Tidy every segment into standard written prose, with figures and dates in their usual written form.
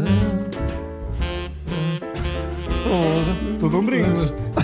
Todo um brinde.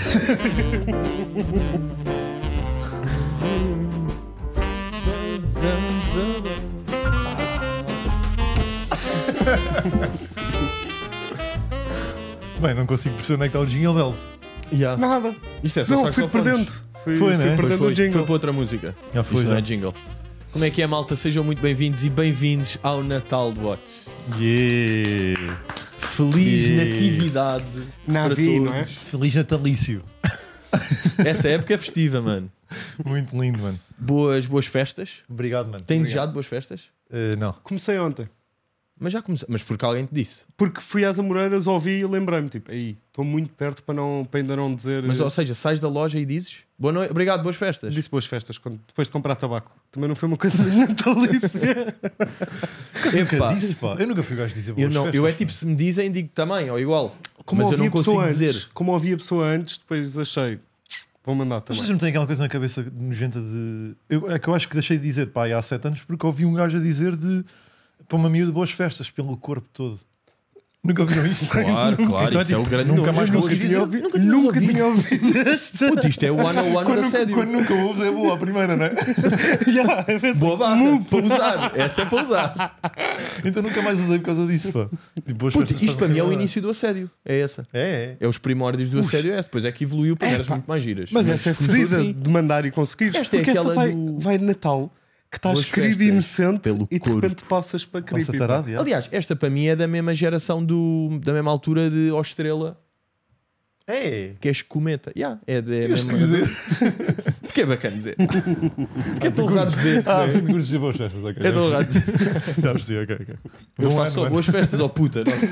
Bem, não consigo perceber onde é que está o Jingle Bells. Nada. Isto é só Não, fui saxofones. perdendo. Foi, né? Fui perdendo Foi o jingle. para outra música. Já foi, Isto não já. é jingle. Como é que é, malta? Sejam muito bem-vindos e bem-vindos ao Natal de Watch. Yeah. Feliz Yeah. Natividade para Navi, todos. não é? Feliz natalício. Essa época é festiva, mano. Muito lindo, mano. Boas festas. Obrigado, mano. Tem Obrigado. desejado boas festas? Não. Comecei ontem. Mas já comecei. Mas porque alguém te disse. Porque fui às Amoreiras, ouvi e lembrei-me. Tipo, aí, estou muito perto para ainda não dizer. Mas, ou seja, sais da loja e dizes boa noite, obrigado, boas festas. Disse boas festas depois de comprar tabaco. Também não foi uma coisa natalícia. Eu nunca Epá. disse, pá. Eu nunca fui gajo de dizer Eu boas não, festas, eu é pá. tipo, se me dizem, digo também, ou igual. Como mas eu ouvi não a pessoa consigo antes, dizer. como ouvi a pessoa antes, depois achei. Vou mandar Mas também. vocês não têm aquela coisa na cabeça nojenta de. É que eu acho que deixei de dizer, pá, há 7 anos, porque ouvi um gajo a dizer de. Para uma miúda, boas festas, pelo corpo todo. Nunca ouviram isto? Claro, claro, Então, isso é o grande nunca nojo. mais Nunca consegui tinha dizer. ouvido. Nunca tinha ouvido este. Puto, isto é o ano a ano da sério. Quando nunca ouves, é boa a primeira, não é? Yeah, eu pensei, Boa barra, para usar. Esta é para usar. Então nunca mais usei por causa disso, pá. Tipo, boas Puto, festas isto para mim é o fazem-me início do assédio. É essa. lembrar. É. É os primórdios do assédio. É. Depois é que evoluiu para eras muito mais giras. Mas essa é começou fedida assim. de mandar e conseguires. Esta é porque essa aquela vai, do- vai de Natal, que estás Boas querido e festas, inocente pelo e de corpo. repente passas para Passa creepy. tarado, já. Aliás, esta para mim é da mesma geração da mesma altura de Ostrela, É. que é Escometa. É da Tinhas que mesma. dizer. Porque é bacana dizer. Porque é tão raro dizer. Ah, sim, curtes dizer boas festas, ok. É tão raro dizer. Já percebi, ok. Eu Bom faço só ano, boas festas ao puta. Não?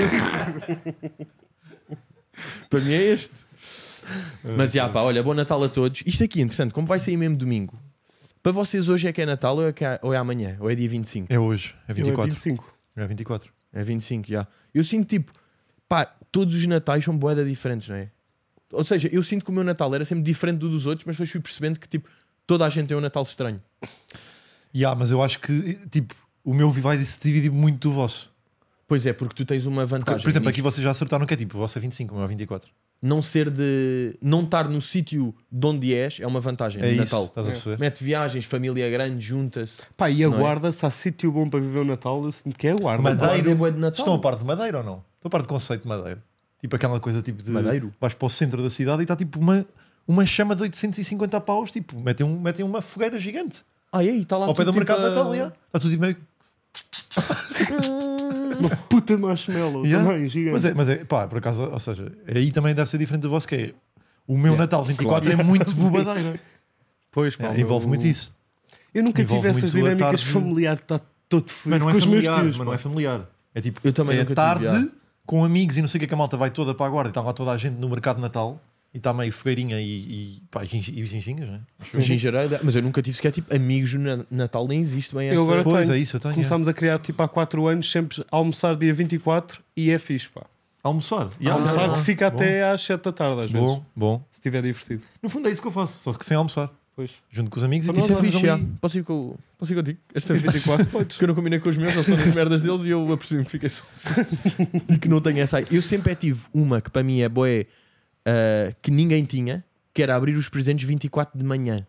Para mim é este. Mas já pá, olha, bom Natal a todos. Isto aqui, interessante, como vai sair mesmo domingo? Para vocês hoje é que é Natal ou é amanhã? Ou é dia 25? É hoje, é Eu 24. 25. É 24. É 25, já. Eu sinto tipo, pá, todos os Natais são bué de diferentes, não é? Ou seja, eu sinto que o meu Natal era sempre diferente do dos outros, mas depois fui percebendo que tipo, toda a gente tem um Natal estranho. Mas eu acho que, tipo, o meu vai se dividir muito do vosso. Pois é, porque tu tens uma vantagem. Por exemplo, aqui nisto. vocês já acertaram que é tipo, o vosso é 25, o meu é 24. Não ser de. Não estar no sítio de onde és é uma vantagem É no isso, Natal. estás a perceber? Mete viagens, família grande, junta-se. Pá, e a Não é? guarda, se há sítio bom para viver o Natal, eu sinto que é a guarda. Madeira. Guarda é bué de Natal. Estão a par de Madeira ou não? Estão a par de conceito de Madeira? Tipo aquela coisa tipo de. Madeiro? Vais para o centro da cidade e está tipo uma chama de 850 paus, tipo, metem uma fogueira gigante. Ah, e aí, está lá Ao pé tudo do mercado de tipo a- Natal, já. Está tudo tipo meio. Uma puta de marshmallow Yeah. também, gigante. Mas é, pá, por acaso, ou seja, aí também deve ser diferente do vosso, que é o meu Yeah, Natal 24 claro. é muito bobadeira. Pois, pá, Envolve muito isso. Eu nunca Envolve tive essas muito a dinâmicas tarde. familiares, está todo Mas feliz não é com os meus familiar, tios. mas não é familiar. É tipo, Eu também é nunca tive, tarde já. com amigos e não sei o que a malta vai toda para a guarda e está lá toda a gente no mercado de Natal e está meio fogueirinha e ginchinhas, não é? Gingereira, mas eu nunca tive sequer tipo amigos no Natal, nem existe bem essa. Eu agora Pois tenho. é isso, eu tenho. Começámos a criar tipo há 4 anos, sempre a almoçar dia 24 e é fixe, pá. Almoçar. Almoçar bom, que fica bom. até às 7 da tarde, às vezes, Bom. se estiver divertido. No fundo é isso que eu faço, só que sem almoçar. Pois. Junto com os amigos e Isso é vamos fixe, já. ali. Posso ir contigo? Esta vez 24. Porque eu não combinei com os meus, eles estão nas merdas deles e eu apercebi-me que fiquei só assim. E que não tenho essa aí. Eu sempre tive uma que para mim é boa, que ninguém tinha, que era abrir os presentes 24 de manhã.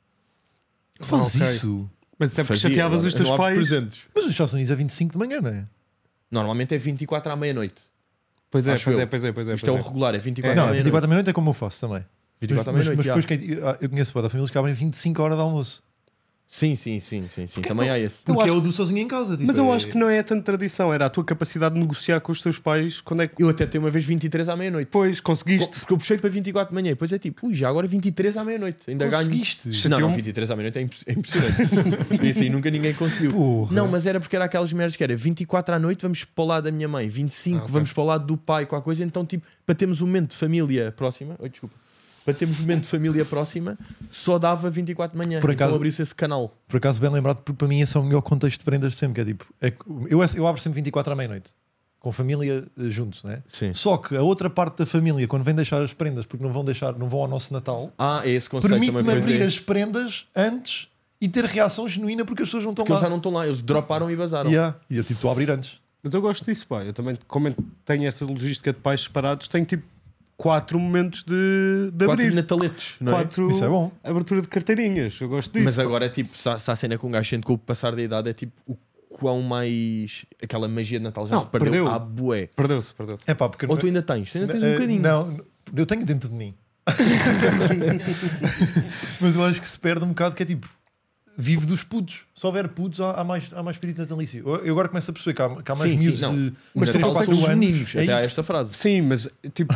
Fazes Ok. isso. Mas sempre que Fazia, chateavas os eu teus não abro pais. presentes. Mas os Estados Unidos é 25 de manhã, não é? Normalmente é 24 à meia-noite. Pois é, Acho pois eu. é, pois é, pois é. Isto é o pois é. regular, é 24 à Não, meia-noite. 24 da meia-noite é como eu faço também. 24 à mas meia-noite, depois já. eu conheço da famílias que abrem 25 horas de almoço. Sim. Também há esse. Porque acho é o do sozinho em casa. Tipo, Mas eu acho que não é tanto tradição, era a tua capacidade de negociar com os teus pais quando é que Eu até tenho uma vez 23 à meia-noite. depois conseguiste. Porque eu puxei para 24 de manhã. Depois é tipo, já agora 23 à meia-noite. Ainda ganho. Conseguiste? Não, 23 à meia-noite é impressionante. Esse aí nunca ninguém conseguiu. Porra. Não, mas era porque era aquelas merdas que era 24 à noite vamos para o lado da minha mãe, 25 ok. vamos para o lado do pai, qualquer coisa. Então, tipo, para termos um momento de família próxima. Oi, desculpa. Para termos um momento de família próxima, só dava 24 de manhã. Por acaso- Então abriu-se esse canal. Por acaso, bem lembrado, porque para mim esse é o melhor contexto de prendas de sempre. Que é tipo, eu abro sempre 24 à meia-noite. Com família juntos, né? Sim. Só que a outra parte da família, quando vem deixar as prendas, porque não vão ao nosso Natal, Ah, é esse conceito também. permite-me Pois abrir é. as prendas antes e ter reação genuína porque as pessoas não estão Porque eles já lá. não estão lá, eles droparam e vazaram. E eu tipo, estou a abrir antes. Mas eu gosto disso, pá. Eu também, como eu tenho essa logística de pais separados, tenho tipo 4 momentos de 4 abrir. nataletes, não é? 4 Isso é bom. abertura de carteirinhas. Eu gosto disso. Mas pá. agora é tipo, se a cena com um gajo sente com o passar da idade é tipo o quão mais aquela magia de Natal já Não, se perdeu. perdeu. À bué. Perdeu-se. É pá, porque Ou tu ainda tens? Tu ainda tens um bocadinho. Não, eu tenho dentro de mim. Mas eu acho que se perde um bocado que é tipo, vive dos putos. Se houver putos, há mais espírito natalício. Eu agora começo a perceber que há mais Sim, miúdos não. de Mas tu 3, passas 4 os anos. meninos É até há isso. esta frase. Sim, mas tipo,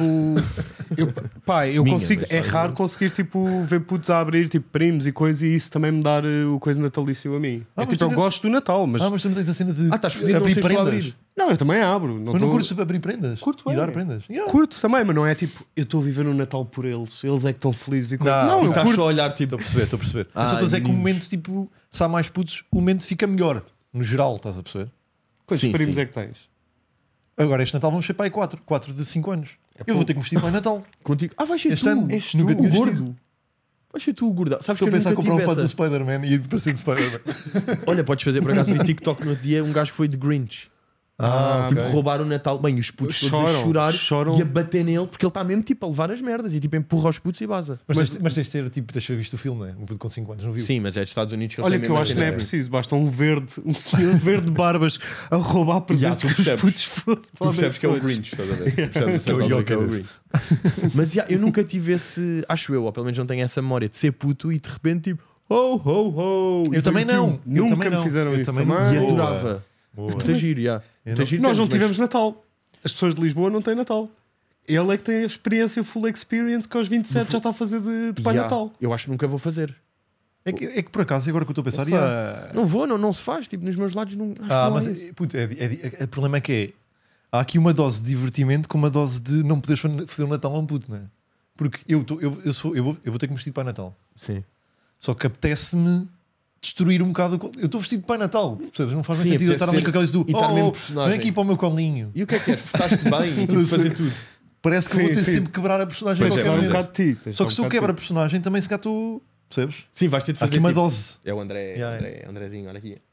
eu Minha, consigo. mas É faz raro muito. conseguir tipo, ver putos a abrir tipo primos e coisa e isso também me dar o coisa natalício a mim. Ah, É, mas tipo, tu eu não- gosto do Natal, mas Mas tu não tens a cena de Estás fedido, não abrir sei se tu prendas. abrir. não, eu também abro. Mas não curtes abrir prendas? Curto e bem. dar prendas? Yeah. Curto também, mas não é tipo, eu estou a viver um Natal por eles, eles é que estão felizes e coisa. Não, Não, e eu Estás curto. só a olhar tipo. Estou a perceber. Eu só estou a dizer que o meninos. momento, tipo, se há mais putos, o momento fica melhor. No geral, estás a perceber? Quantos Sim, primos sim. é que tens? Agora, este Natal vamos ser pai 4. 4 de 5 anos. Eu vou ter que vestir pai Natal. Contigo. Vais ser Este tu. ano És nunca tu, tinha o vestido. gordo. Vais ser tu o gordo. Sabes Estou a que eu pensar em nunca comprar um tive foto do essa. Spider-Man e ir parecer de Spider-Man. Olha, podes fazer por acaso vi TikTok no outro dia. Um gajo foi de Grinch. Tipo, ok. roubar o Natal. Bem, os putos todos a Choram, chorar e a bater nele porque ele está mesmo tipo a levar as merdas e tipo empurra os putos e vaza. Mas tens de ter, tipo, tens de ter visto o filme, não é? Um puto com 5 anos, não viu? Sim, mas é dos Estados Unidos que eles Olha têm que eu mesmo acho a que não é cena. preciso, basta um verde, um senhor verde de barbas a roubar presentes tu que os percebes. putos Tu percebes que é o todos. Grinch, estás a ver? Tu percebes a certa Que é o altura que é o Joker. Grinch. Mas eu nunca tive esse, acho eu, ou pelo menos não tenho essa memória de ser puto e de repente tipo, ho, ho, ho. Eu também não. Eu Nunca também me não. fizeram Eu isso também também. não. E Boa. adorava. Boa. Muito giro, já. Eu Muito giro Nós não temos, tivemos Natal. As pessoas de Lisboa não têm Natal. Ele é que tem a experiência full experience que aos 27 já está a fazer de Pai Já. Natal. Eu acho que nunca vou fazer. É que por acaso, agora que eu estou a pensar, Essa- Não vou, não se faz. Tipo, nos meus lados não. Acho que não mas é isso. puto, o problema é que há aqui uma dose de divertimento com uma dose de não poderes fazer o Natal a um puto, não é? Porque eu vou ter que me vestir de Pai Natal. Sim. Só que apetece-me destruir um bocado. Eu estou vestido de Pai Natal, percebes? Não faz bem Sim, sentido eu estar ali apetece com aqueles do e estar mesmo vem personagem. aqui para o meu colinho. E o que é? Portaste bem e tipo, fazer tudo. Parece que Sim, eu vou ter sim. sempre que quebrar a personagem a Pois é, qualquer Vai um mas momento. bocado de ti. Só que se eu quebro a personagem, também se cá estou. Percebes? Sim, vais ter de Há fazer aqui uma tipo, dose. é o André, Yeah. Andrezinho, olha aqui.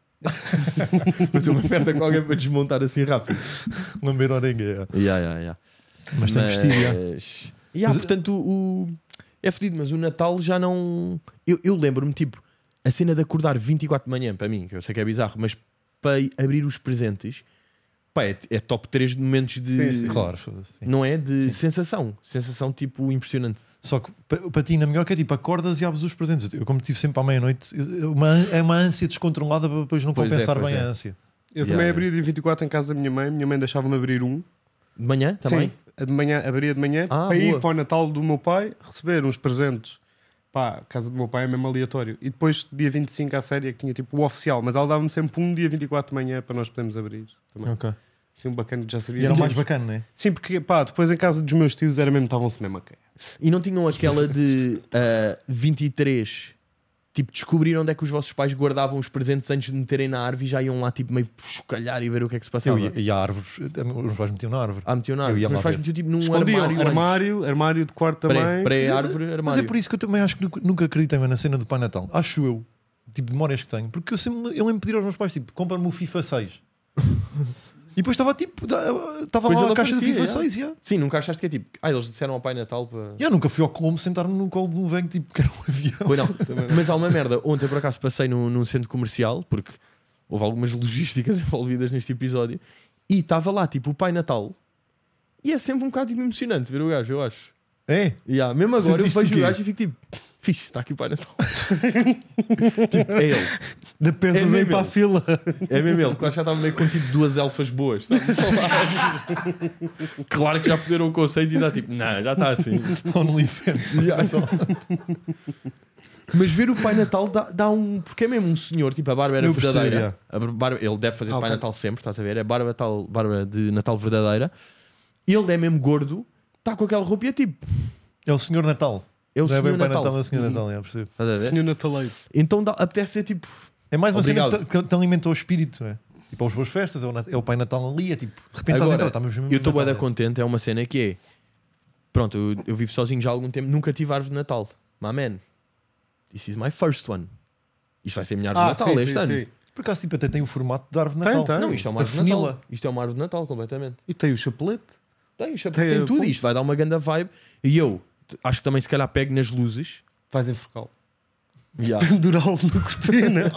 Fazer uma merda com alguém para desmontar assim rápido. Lamber a orelha. Mas tem vestido, já. Portanto, é fedido, mas o Natal já não. Eu lembro-me, tipo, a cena de acordar 24 de manhã, para mim, que eu sei que é bizarro, mas para abrir os presentes, pá, é top 3 de momentos de. Sim, sim. Claro, foda-se. Sim. Não é? De sensação. Sensação tipo impressionante. Só que para ti, na melhor que é tipo, acordas e abres os presentes. Eu, como estive sempre à meia-noite, é uma ânsia descontrolada para depois não Pois é, compensar pois bem é. a ânsia. Eu também abri dia 24 em casa da minha mãe deixava-me abrir um. De manhã também? Sim, a de manhã, abria de manhã Ah, para ir boa. para o Natal do meu pai, receber uns presentes. Pá, a casa do meu pai é mesmo aleatório. E depois, dia 25, a série que tinha tipo o oficial, mas ela dava-me sempre um dia 24 de manhã para nós podermos abrir. Também. Ok. Sim, um bacana que já sabia. E era o que- mais bacana, não é? Sim, porque pá, depois em casa dos meus tios era mesmo, estavam-se mesmo a cair. E não tinham aquela de 23, tipo, descobrir onde é que os vossos pais guardavam os presentes antes de meterem na árvore e já iam lá, tipo, meio chocalhar e ver o que é que se passava. E a árvore, os pais metiam na árvore. Metiam na Eu árvore. ia Os lá meus pais ver. metiam tipo num Escondiam armário. armário de quarto também. Pré-árvore, Mas armário. é por isso que eu também acho que nunca acreditei na cena do Pai Natal. Acho eu. Tipo, de memórias que tenho. Porque eu lembro de pedir aos meus pais, tipo, compra-me o FIFA 6. E depois estava tipo, estava Pois lá ele a caixa do aparecia, FIFA 6. Yeah. Sim, nunca achaste que é tipo, eles disseram ao Pai Natal para. Eu nunca fui ao Colombo sentar-me no colo de um velho tipo que era um avião. Pois não. Mas há uma merda. Ontem por acaso passei num centro comercial, porque houve algumas logísticas envolvidas neste episódio, e estava lá tipo o Pai Natal, e é sempre um bocado tipo, emocionante ver o gajo, eu acho. É? Mesmo agora Sentiste eu o vejo quê? o gajo e fico tipo, fixe, está aqui o Pai Natal. Tipo, é ele. De pensas É em ir mesmo para a ele. fila. É mesmo ele, que lá já estava meio com tipo 2 elfas boas. Sabe? Claro que já foderam o conceito e dá tipo, não, já está assim. OnlyFans. Mas ver o Pai Natal dá um. Porque é mesmo um senhor, tipo a barba era Eu percebo, verdadeira. A barba, ele deve fazer Pai Ok. Natal sempre, estás a ver? É barba de Natal verdadeira. Ele é mesmo gordo, está com aquela roupa e é tipo. É o Senhor Natal. É o Não é senhor bem o Pai Natal. Natal, é o Senhor Natal, é, percebo. Estás a ver? Senhor Nataleiro. Então apetece ser tipo. É mais uma cena Obrigado. que te alimenta o espírito, é? Tipo, as boas festas, é o Pai Natal ali, é tipo, de repente estás a Agora, entrar, está mesmo eu estou bem Natal, contente, é uma cena que é. Pronto, eu vivo sozinho já há algum tempo, nunca tive árvore de Natal. My man, this is my first one. Isto vai ser a minha árvore de Natal este ano. Por acaso, tipo, até tem o formato de árvore de Natal. Tem. Não, isto é uma A árvore de Natal. funila. Isto é uma árvore de Natal, completamente. E tem o chapelete. Tem Tem tudo a- isto. Vai dar uma grande vibe. E eu acho que também se calhar pego nas luzes. Vais enforcá-lo. Yeah. Pendurá-lo na cortina.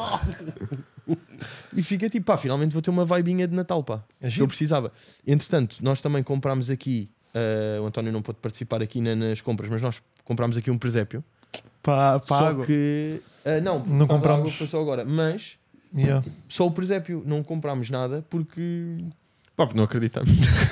E fica tipo, pá, finalmente vou ter uma vibinha de Natal, pá. É Que giro. eu precisava. Entretanto, nós também comprámos aqui. O António não pôde participar aqui nas compras, mas nós comprámos aqui um presépio. Pá, Só pago. que. Não Não faz comprámos. água, foi só agora. Mas Yeah. só o presépio. Não comprámos nada porque. Pá, porque não acreditamos.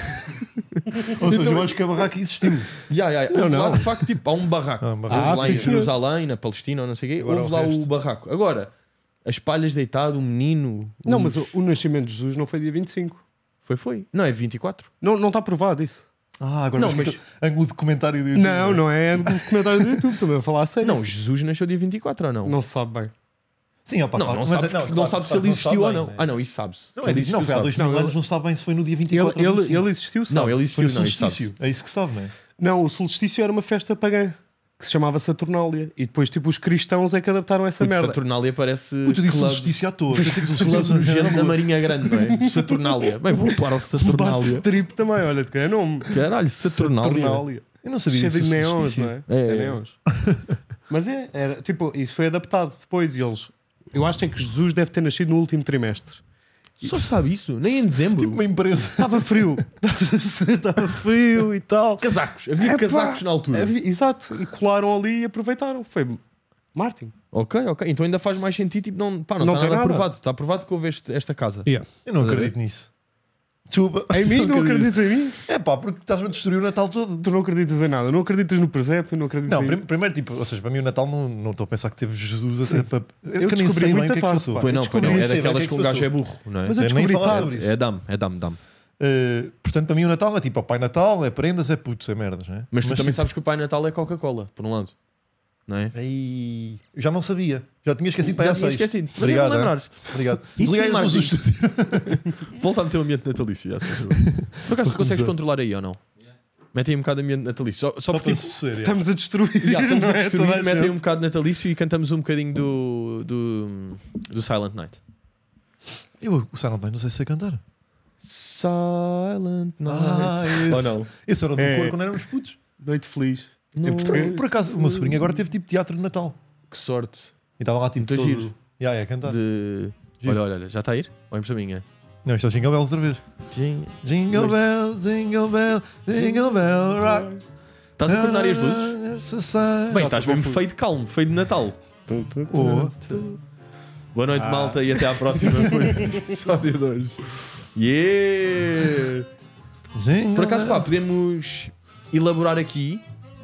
Ou seja, eu acho que a barraca existiu. Houve lá, não. de facto, tipo, há um barraco. Ah, um barraco. Houve lá em sim, senhor. Jerusalém, na Palestina, ou não sei o quê. Agora Houve o lá resto. o barraco. Agora, as palhas deitado, o menino. Não, mas o nascimento de Jesus não foi dia 25. Foi. Não, é 24. Não está provado isso. Agora Não, mas... mas- ângulo de comentário do YouTube. Não é no comentário do YouTube. Também a falar a sério. Não, Jesus nasceu dia 24 ou não? Não se sabe bem. Sim, opa, Não, claro. não Mas, sabe, claro, não sabe se ele existiu ou não. bem, né? Ah, não, isso sabe-se. Não, Quem é disse não, isso foi há sabe. 2000 Não, anos, não se sabe bem se foi no dia 24 ou 25. Ele existiu, sabe? Não, ele existiu, Foi o não, isso sabe. solstício. É isso que se sabe, não é? Não, o solstício era uma festa pagã que se chamava Saturnália. E depois, tipo, os cristãos é que adaptaram essa Porque merda. Saturnália parece. Puto, disse club- solstício à toa. Pensei que club solstício nojento da Marinha Grande, não é? Saturnália. Bem, vou atuar ao Bate Saturnália. strip também, olha, que é nome. Caralho, Saturnália. Eu não sabia Cheio de disso. neons, solstício. não é? É. Neons. Mas era, tipo, isso foi adaptado depois e eles... Eu acho que Jesus deve ter nascido no último trimestre. Só sabe isso? Nem em dezembro. Tipo uma empresa. Estava frio. Estava frio e tal. Casacos. Havia Epá, casacos na altura. Exato. E colaram ali e aproveitaram. Foi Martin. Ok. Então ainda faz mais sentido. Tipo, não está Não tem nada nada. aprovado. Está aprovado que houve esta casa. Eu não acredito nisso. Desculpa. Em mim? Não acreditas em mim? É pá, porque estás-me a destruir o Natal todo. Tu não acreditas em nada. Não acreditas no presépio, não acreditas Não, em... primeiro, tipo, ou seja, para mim o Natal não estou a pensar que teve Jesus até para. Eu que nem descobri sei bem muito o que é que tarde, passou. pá. Pois não, descobri é isso, sei bem daquelas o que que um é que gajo se é burro, não é? Mas eu Eu nem descobri falar tarde. sobre isso. É dame. Portanto, para mim o Natal é tipo, o Pai Natal, é prendas, é putos, é merdas, não é? Mas tu também tipo, sabes que o Pai Natal é Coca-Cola, por um lado. Não é? Aí, eu já não sabia. Já tinha esquecido para Já aí há tinha 6. esquecido. Mas Obrigado. não me lembraste. Obrigado. Isso Desliguei sim, as luzes do Martins. estúdio. Volta a meter o ambiente natalício. Já, se faz favor. Por acaso tu consegues controlar aí ou não? Mete aí um bocado de ambiente natalício. Só Só porque para tipo, se perceber. Estamos a destruir. estamos não a é? destruir, Toda a mete aí gente. um bocado de natalício e cantamos um bocadinho do Silent Night. Eu, o Silent Night, não sei se sei cantar. Silent Night. Esse. Ou não? Esse era o do É. cor quando éramos putos. Noite feliz. No- Em português. Por acaso, o meu sobrinho agora teve tipo teatro de Natal. Que sorte E estava lá tipo Muito todo... giro. A cantar. de. Giro. Olha, já está a ir? Ou é impressão minha? Não, isto é o Jingle Bells outra vez. Jingle Bell, Jingle Bell, Jingle Bell Rock. Estás a coordenar as luzes? Bem, estás mesmo feio de calmo, feio de Natal. Oh. Boa noite, malta, e até à próxima. Só de dois. Yeah! Por acaso, pá, podemos elaborar aqui.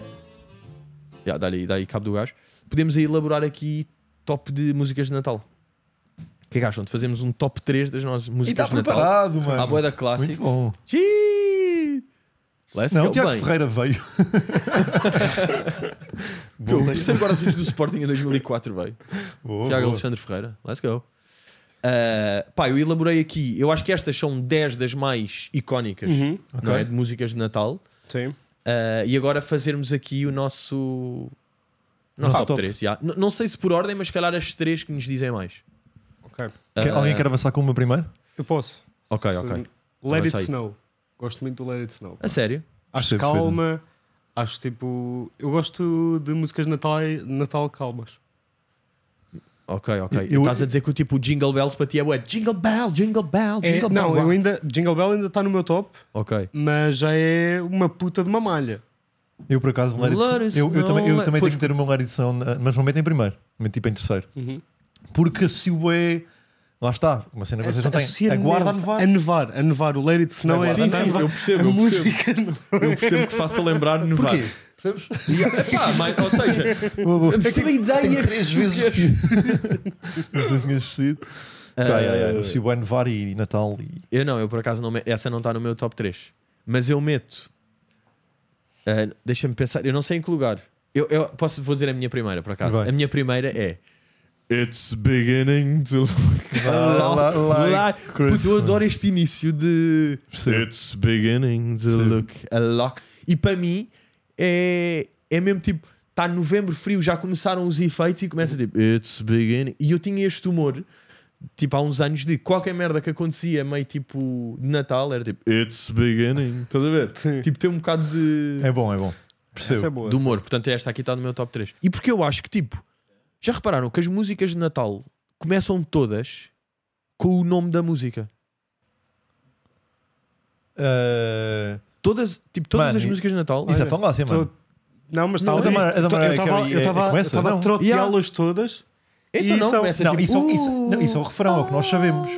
Dá-lhe cabo do gajo. Podemos aí elaborar aqui top de músicas de Natal. O que é que acham? De fazermos um top 3 das nossas E músicas está de Natal. preparado, mano. À boia da clássica. Muito bom. Let's Não, go. o Tiago Bem, Ferreira veio. eu Bom, terceiro guarda-redes do Sporting em 2004, veio. boa, Tiago boa. Alexandre Ferreira. Let's go. Pá, eu elaborei aqui. Eu acho que estas são 10 das mais icónicas, Uhum. não é? Ok. De músicas de Natal. Sim. E agora fazermos aqui o nosso Nosso top top. 3. Não sei se por ordem, mas se calhar as 3 que nos dizem mais. Ok. Alguém quer avançar com uma primeiro? Eu posso. Ok. Let It Avança aí. Snow. Gosto muito do Let It Snow. A sério? Acho Percebo, calma. Acho tipo. Eu gosto de músicas de Natal calmas. Ok. Eu- Estás a dizer que o tipo Jingle Bells para ti é ué, Jingle Bell, Jingle Bell, Jingle Não, Bell. eu ainda. Jingle Bell ainda está no meu top, Ok. mas já é uma puta de uma malha. Eu por acaso, Let It eu também Snow, tenho pois- que ter uma Let It Snow, mas não meto em primeiro, meto tipo em terceiro. Porque associo é. Lá está, uma cena que vocês não têm. Associa Aguarda a nevar. A nevar. O Let It Snow é Sim, a sim, nevar. eu percebo. A Eu música. percebo que faça lembrar nevar. Porquê? Percebes? Ou seja, percebo a ideia. 3 vezes repetido. Não sei se tinhas percebido. Associo é nevar e Natal. E... Eu por acaso, essa não está no meu top 3. Mas eu meto. Deixa-me pensar, eu não sei em que lugar. Vou dizer a minha primeira, por acaso. Vai. A minha primeira é It's beginning to look a lot Like like. Puto, eu adoro este início de Percebo. It's beginning to Percebo. look a lot. E para mim é mesmo tipo, está novembro frio, já começaram os efeitos e começa tipo It's beginning. E eu tinha este humor tipo há uns anos de qualquer merda que acontecia meio tipo de Natal era tipo It's beginning. Estás a ver? Sim. Tipo tem um bocado de, É bom, é bom. Percebo. Essa é boa. de humor. Portanto, esta aqui está no meu top 3. E porque eu acho que tipo, já repararam que as músicas de Natal começam todas com o nome da música? Todas Mano, as músicas de Natal. Isso é Olha, falácia, mano. Não, mas Não, estava a da Mariah Carey começa, a não? troteá-las todas. Então E não, são- começa Não, tipo, isso é o refrão, é o que nós sabemos.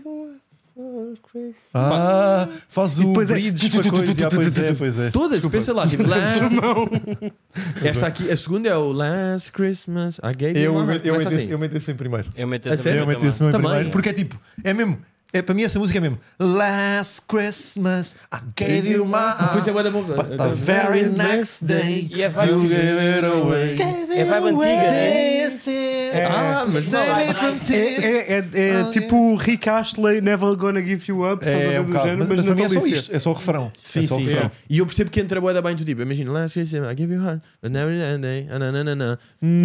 Faz E o depois é- bridge com a coisa. Pois é. todas, pensa lá, tipo, esta aqui, a segunda é o Last Christmas I Gave You My Heart. Começa assim. Eu meto esse em primeiro. Eu meto A essa sério? Eu também. meto esse em Também. primeiro. Porque é tipo, é mesmo. Para mim essa música é mesmo Last Christmas I gave you my Depois é heart, bué da bom. but the very next day E é vibe, you gave it away. é vibe antiga, né? This is Mas save não, me from tears. É tipo Rick Astley, Never Gonna Give You Up, estás a ver É um do bocado, género, mas para mim é só natalícia. isto, é só o refrão. Sim, É só o sim, refrão. sim. E eu percebo que entra bué da bem tu tipo, imagina Last Christmas I Gave You a Heart, but never ending, nananana,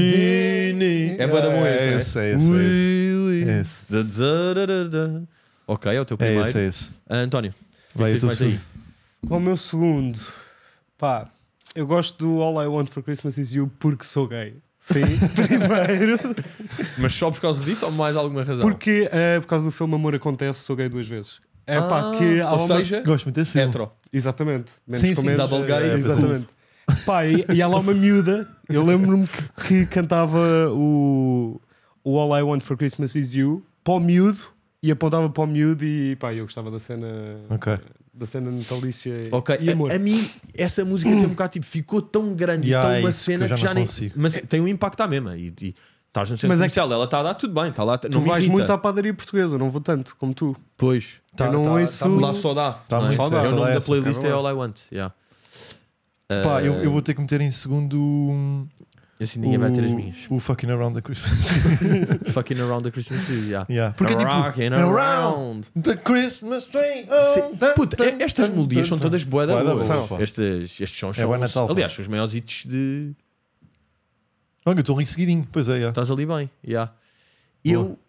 ni. É bué da bom este, né? Esse. Ui. Esse. Da. Ok, é o teu É primeiro. esse, é esse. António, Vai, o que eu tô tens mais aí? O meu segundo, pá, eu gosto do All I Want for Christmas Is You porque sou gay. Sim, primeiro. Mas só por causa disso ou mais alguma razão? Porque por causa do filme Amor Acontece, sou gay 2 vezes. É pá, que há ou uma... seja, Gosto muito desse filme. hetero. Exatamente. Menos Sim, com sim, menos. double gay, Exatamente. Pá, e há lá uma miúda. Eu lembro-me que cantava o All I Want for Christmas Is You para o miúdo e apontava para o miúdo e pá, eu gostava da cena. Ok. Da cena natalícia Ok, e amor. a mim essa música tem um bocado tipo, ficou tão grande Yeah, e tão uma isso cena que eu que já já não nem. consigo. Mas tem um impacto à mesma. E estás no centro Mas é comercial, ela está a dar tudo bem, está lá. Tu Não me vais irrita. muito à padaria portuguesa, não vou tanto como tu. Pois. Eu não ouço- Lá só dá. Tá não é? muito, só dá. É o só nome dá da essa, playlist é cara, All I Want. Yeah. Pá, eu vou ter que meter em segundo Assim ninguém vai ter as minhas. o Fucking Around the Christmas. Fucking Around the Christmas Tree. Yeah. Yeah. Porque é tipo Rocking around. the Christmas tree. Puta, estas melodias são todas boas. Bué da boas. boa, pá. Estes sons É são, bué Natal, pá. aliás, são os maiores hits de. Olha, eu estou ali seguidinho. Pois é, yeah. Estás ali bem. Yeah. Boa. Eu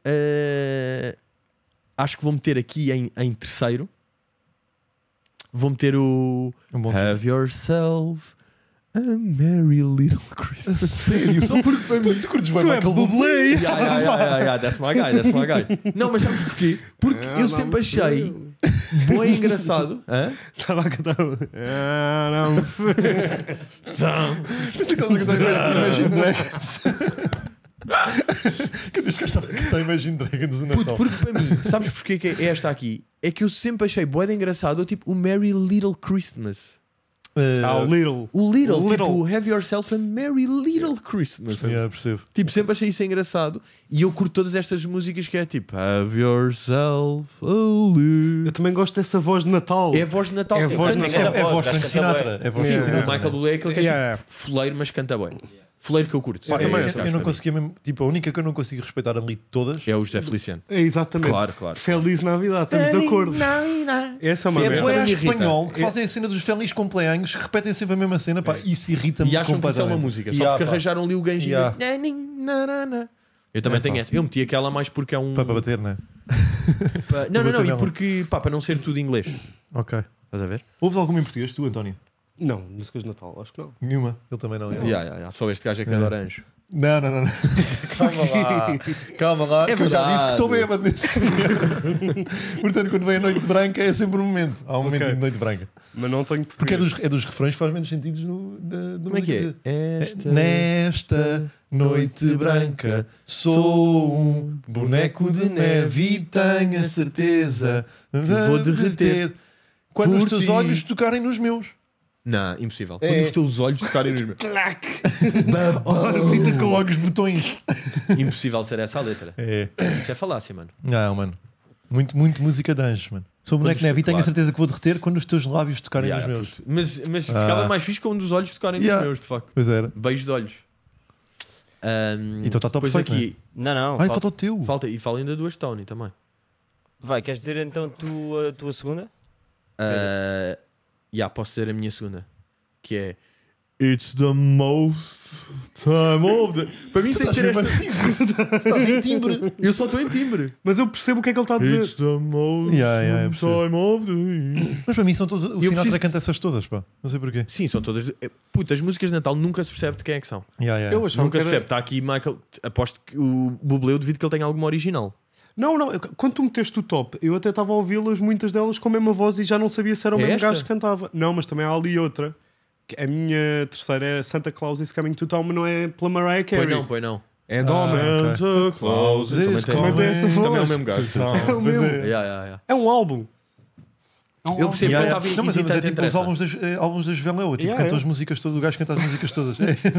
acho que vou meter aqui em terceiro. Vou meter o Um bom Have Yourself a Merry Little Christmas. Sério? Só porque para mim. Tu curtes bem Tu é Michael Bublé. Yeah, that's my guy. Não, mas sabes porquê? Porque eu sempre achei bom e engraçado. Hã? Estava a cantar. Não foi. Pensei que estavas a cantar Imagine Dragons. Que diz que estava a cantar Imagine Dragons no Puto, Natal. porque para mim, sabes porquê que é esta aqui? É que eu sempre achei bué de engraçado, tipo o Merry Little Christmas. O Little. O Little, O Little. tipo, Have Yourself a Merry Little Christmas. Yeah, percebo. Tipo, sempre achei isso engraçado. E eu curto todas estas músicas que é tipo Have Yourself a Little. Eu também gosto dessa voz de Natal. É a voz de Natal. É a voz de Tem Natal. grande É a voz gajo Frank canta Sinatra. bué. É a voz Sim, Frank o Sinatra. Michael Bublé é aquele que é Yeah. tipo foleiro, mas canta bem. Foleiro que eu curto. Pá, É também. esse gajo Eu não para conseguia mesmo. Tipo, a única que eu não consigo respeitar ali de todas. mim. É o José Feliciano. É, exatamente. Claro. Feliz Navidade, estamos de acordo. Essa é uma É Também merda. bué me irrita. espanhol que fazem a cena dos feliz cumpleaños, que repetem sempre a mesma cena, pá, isso irrita-me E acham que isso é completamente. uma música, só Yeah, porque pá. arranjaram ali o ganjinho. Yeah. Eu também É, tenho pá. essa. Eu meti aquela mais porque é um. Para bater, não é? Não, bater e nela. porque, pá, para não ser tudo inglês. Ok. Estás a ver? Ouves alguma em português, tu, António? Não, músicas de Natal, acho que não. Nenhuma. Ele também não. Só este gajo é que adora anjo. Não. Calma lá. É que eu já verdade. disse que estou bêbado nesse momento. Portanto, quando vem a Noite Branca é sempre um momento. Há um momento Ok. de Noite Branca. Mas não tenho Porque português. é dos refrões que faz menos sentido do Como é que é? Nesta noite branca sou um boneco de neve e tenho a certeza que vou derreter quando os por teus ti. olhos tocarem nos meus. Não, impossível. É. Quando os teus olhos tocarem nos meus. Orbita com logo os botões. Impossível ser essa a letra. É. Isso é falácia, mano. Não, mano. Muito muito música de anjos, mano. Sou boneco os de neve e te- tenho a claro. certeza que vou derreter quando os teus lábios tocarem Yeah, nos meus. puto. Mas ficava mais fixe quando os olhos tocarem Yeah. nos meus, de facto. Pois era. Beijo de olhos. Então tá top Depois feito, aqui. Não, Ai, falta. falta o teu. Falta, e fala ainda duas Tony também. Vai, queres dizer então a tua segunda? Posso dizer a minha segunda, que é It's the most time of the... Para mim Tu tem que estás ter mesmo esta... assim. Estás em timbre. Eu só estou em timbre. Mas eu percebo o que é que ele está a dizer. It's the most Eu percebo. time of the year. Mas para mim são todos. O Sinatra preciso- canta essas todas, pá. Não sei porquê. Sim, são todas... Puta, as músicas de Natal nunca se percebe de quem é que são. Eu achava Nunca que se era... percebe. Está aqui Michael... Aposto que o Bublé, eu duvido que ele tenha alguma original. Não, quando tu meteste o top, eu até estava a ouvi-las, muitas delas com a mesma voz e já não sabia se era o É mesmo esta? gajo que cantava. Não, mas também há ali outra. A minha terceira é Santa Claus is Coming to Town, mas não é pela Mariah Carey. Pois não. É de homem. Santa Claus Também is tem- coming. essa voz. Também é o mesmo gajo. É o mesmo. Yeah. É um álbum. Eu percebo que ele estava Não, mas é hesitante tipo entre os essa. álbuns das Veléu. Tipo, Yeah, cantou yeah. as músicas todas. O gajo canta as músicas todas.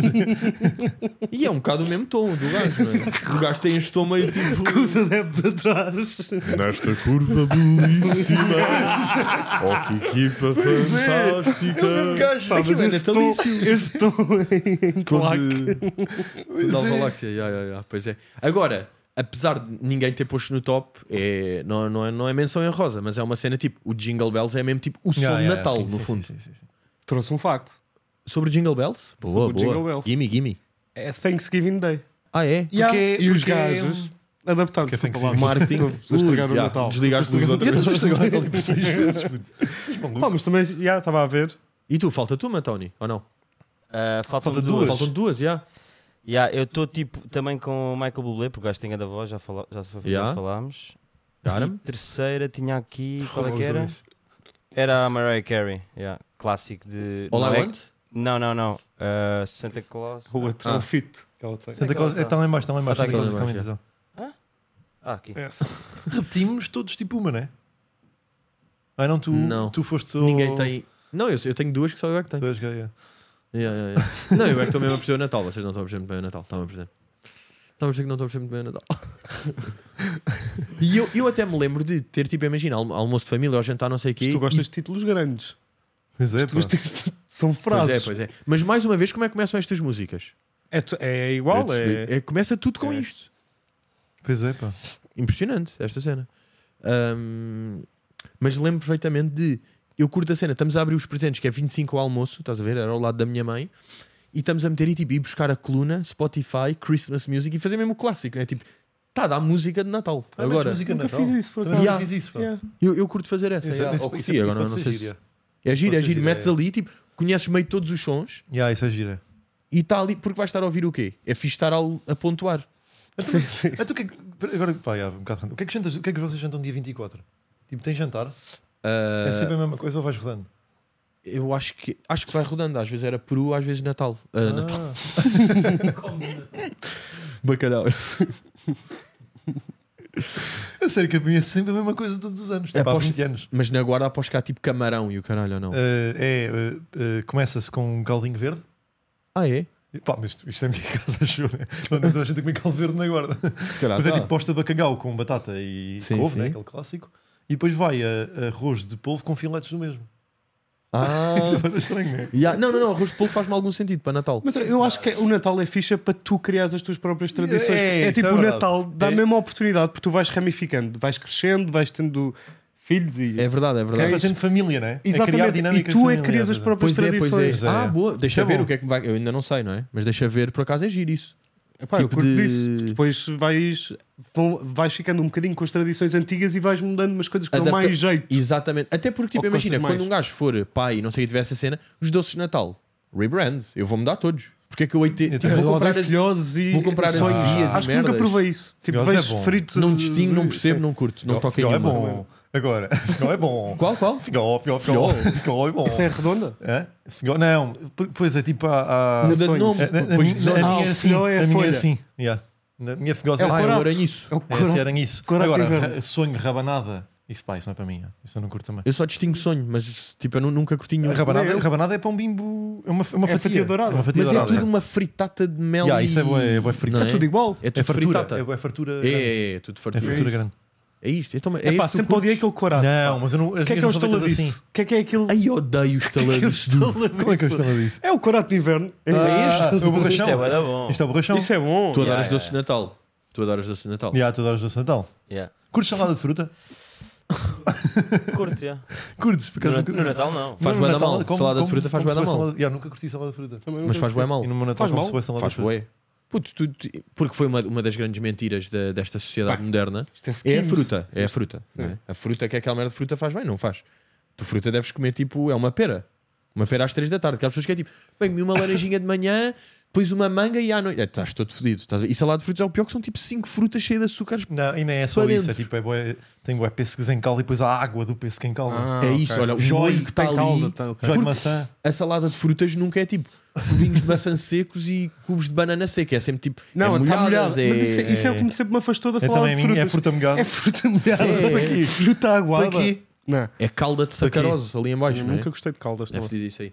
E é um bocado o mesmo tom do gajo, não é? O gajo tem este tom meio tipo... Com os adeptos atrás. Nesta curva belíssima. Oh, que equipa fantástica. gajo. Pá, Aquilo mas é natalício. esse tom em claque. Da Galáxia, yeah. Pois é. Agora, apesar de ninguém ter posto no top, não é menção em rosa, mas é uma cena tipo, o Jingle Bells é mesmo tipo o som de Natal, no fundo. Sim. Trouxe um facto. Sobre Jingle Bells? Boa, Sobre Jingle Bells. Gimme. É Thanksgiving Day. Ah, é? E os porque- gajos adaptando. Porque é desculpa lá. Thanksgiving. Estou a estragar o Natal. Desligaste luz outra E vez. estás agora ali por 6 vezes. puto. Pá, mas também estava a ver. E tu, falta-te uma, Tony? Ou não? Faltam Falta duas. duas. Faltam duas, já. Eu estou tipo também com o Michael Bublé, porque o gajo tem a da voz, já falámos. Cara-me. E terceira tinha aqui, qual é Os que era? dois. Era a Mariah Carey, clássico de... All não I é- Want? Não. Santa Claus. O outro é o fit que ela tem. Santa Claus, está lá em baixo, está lá em baixo. Ah, tá Santa aqui. Claus, calma aí, atenção. Aqui. Essa. Repetimos todos tipo uma, não é? Ah, não, Não. tu foste só... Ninguém tem. Não, eu tenho duas que só eu é que tenho. Tu és gay, é. Yeah. Não, eu é que estou mesmo a perceber o Natal. Vocês não estão a perceber muito bem o Natal. Estão a perceber. Estão a perceber que não estão a perceber muito bem o Natal. E eu até me lembro de ter, tipo, imagina, almoço de família ou jantar, não sei o quê. Mas tu gostas de títulos grandes. Pois é, Os teus pá. títulos são frases. Pois é. Mas mais uma vez, como é que começam estas músicas? É igual. Começa tudo com É. isto. Pois é, pá. Impressionante esta cena. Mas lembro perfeitamente de. Eu curto a cena, estamos a abrir os presentes, que é 25 ao almoço, estás a ver? Era ao lado da minha mãe. E estamos a meter e tipo, ir buscar a coluna, Spotify, Christmas Music e fazer mesmo o clássico, né? Tipo, tá a dar música de Natal. Agora, música de Nunca Natal. fiz isso, por Também acaso. não fiz isso, pá. Yeah. eu curto fazer essa. Isso- yeah. isso- Ou isso- sim, isso agora pode não ser sei giro, se. É giro, Pode ser giro, Metes é. ali, tipo, conheces meio todos os sons Isso é gira. e está ali, porque vais estar a ouvir o quê? É fixe estar a pontuar. Sim, sim. Então, agora, pá, um bocado random. O que é que vocês jantam dia 24? Tipo, tem jantar? É sempre a mesma coisa ou vais rodando? Eu acho que vai rodando. Às vezes era Peru, às vezes Natal. Natal. Bacalhau. É sério que eu conheço sempre a mesma coisa todos os anos. Tipo, há Aposto- 20 anos. Mas na guarda aposto que há tipo camarão e o caralho ou não. Começa-se com um caldinho verde. Ah, é? E, pá, mas isto é a minha casa, show, né? Não anda toda a gente a comer caldo verde na guarda. Se calhar Mas é tá. tipo posta de bacalhau com batata e Sim, couve, sim. né? Aquele clássico. E depois vai arroz de polvo com filetes do mesmo. Ah. Isto é estranho, não é? Não, arroz de polvo faz-me algum sentido para Natal. Mas eu acho que o Natal é ficha para tu criares as tuas próprias tradições. É, tipo isso é o verdade. Natal dá a É. mesma oportunidade porque tu vais ramificando, vais crescendo, vais tendo filhos e. É verdade. É fazendo família, não é? É criar Exatamente. dinâmicas E tu de é família, que crias as é. próprias Pois é. tradições. é. Boa. Deixa É ver bom. o que é que vai. Eu ainda não sei, não é? Mas deixa ver, por acaso é giro isso. Epá, eu Tipo curto de- disso. Depois vais ficando um bocadinho com as tradições antigas e vais mudando umas coisas que dão Adapta- mais jeito. Exatamente. Até porque, tipo, Ou imagina, gostas quando mais? um gajo for pai e não sei o que tiver essa cena, os doces de Natal, rebrand, eu vou mudar todos. Porque é que eu hei de ter. Eu Tipo, também. vou comprar odeio filhosos e vou comprar as sonhos. vias e Acho que nunca merdas. provei isso. Tipo, Figós é vejo bom. fritos. Não distingo, não percebo, Sim. não curto, não toco em Figó é nenhuma. bom. Agora, figó é bom. Qual? Figó é bom. Essa é redonda? É? Figó, não, pois é tipo a. Muda de sonhos. nome. Na Depois de zonas. minha o é assim. figó é a A minha é folha. assim. Yeah. Na minha figós é É o Ah, é corato. o aranhiço. É o É esse corato. aranhiço. corato Agora, inverno. sonho, rabanada. Isso, pá, isso não é para mim. Isso eu não curto também. Eu só distingo sonho, mas tipo, eu nunca curti nenhum. Rabanada é para um bimbo. É uma fatia. fatia dourada. É uma fatia Mas é dourada. tudo uma fritata de mel. Yeah, e... isso é bué frito. Não É tudo igual. É É tudo fartura. fritata. É fartura. grande. É tudo É fartura. fartura isso. grande. É isto. Então, é É pá, isto que tu sempre odiei curtes? aquele corato. Não, mas eu não. O que é que é o estaladiço? Assim. O que é aquilo? Ai, odeio os talãs. Como é que é o estaladiço? É o corato de inverno. É Ah, este. o borrachão. Isto é bué da bom. Isto é o borrachão. Isso é bom. Tu adoras doces de Natal. Tu adoras doces de Natal. Já, tu adoras doce de Natal. Yeah. Curtes salada de fruta? Curto, já. Curtes? Por acaso, No Natal não. Faz no bué da Natal, mal. Salada de fruta faz bué da mal. Nunca curti salada de fruta. Também Mas nunca faz bué mal. E no meu Natal Faz como mal? se fosse salada Faz de fruta. bué. Puto, porque foi uma das grandes mentiras desta sociedade Pá, moderna. Isto é É a skins. fruta. É a fruta. Não é? A fruta, que é aquela merda de fruta, faz bem, não faz. Tu fruta deves comer tipo, é uma pera. Uma pera às 3 da tarde. Que há pessoas que é tipo, bem, comi uma laranjinha de manhã, depois uma manga e à noite. Estás todo fodido. E salada de frutas é o pior, que são tipo 5 frutas cheias de açúcares. Não, e nem é só Para isso. É dentro. tipo, tem bué pêssegos em calda e depois a água do pêssego em calda. É isso, olha, o Jói molho que está tem ali. calda, tá, ok. Jói de Porque maçã. a salada de frutas nunca é tipo cubinhos de maçã secos e cubos de banana seca. É sempre tipo. Não, é está molhadas, molhado. Mas isso é o que me sempre me afastou da Eu salada também, de a minha frutas. é fruta molhada. É fruta molhada. É. Para quê? Fruta aguada. Para quê? Não, É calda de sacarose ali em baixo. eu não é? nunca gostei de caldas. É Não. fedido isso aí.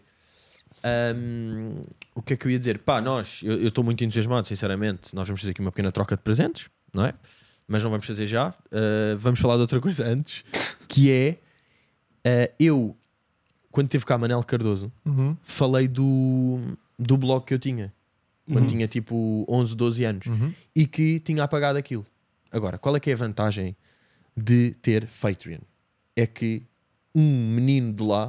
O que é que eu ia dizer? Pá, eu estou muito entusiasmado, sinceramente. Nós vamos fazer aqui uma pequena troca de presentes, não é? Mas não vamos fazer já. Vamos falar de outra coisa antes, que é eu, quando teve cá Manel Cardoso, Uhum. falei do blog que eu tinha quando tinha tipo 11, 12 anos Uhum. e que tinha apagado aquilo. Agora, qual é que é a vantagem de ter Patreon? É que um menino de lá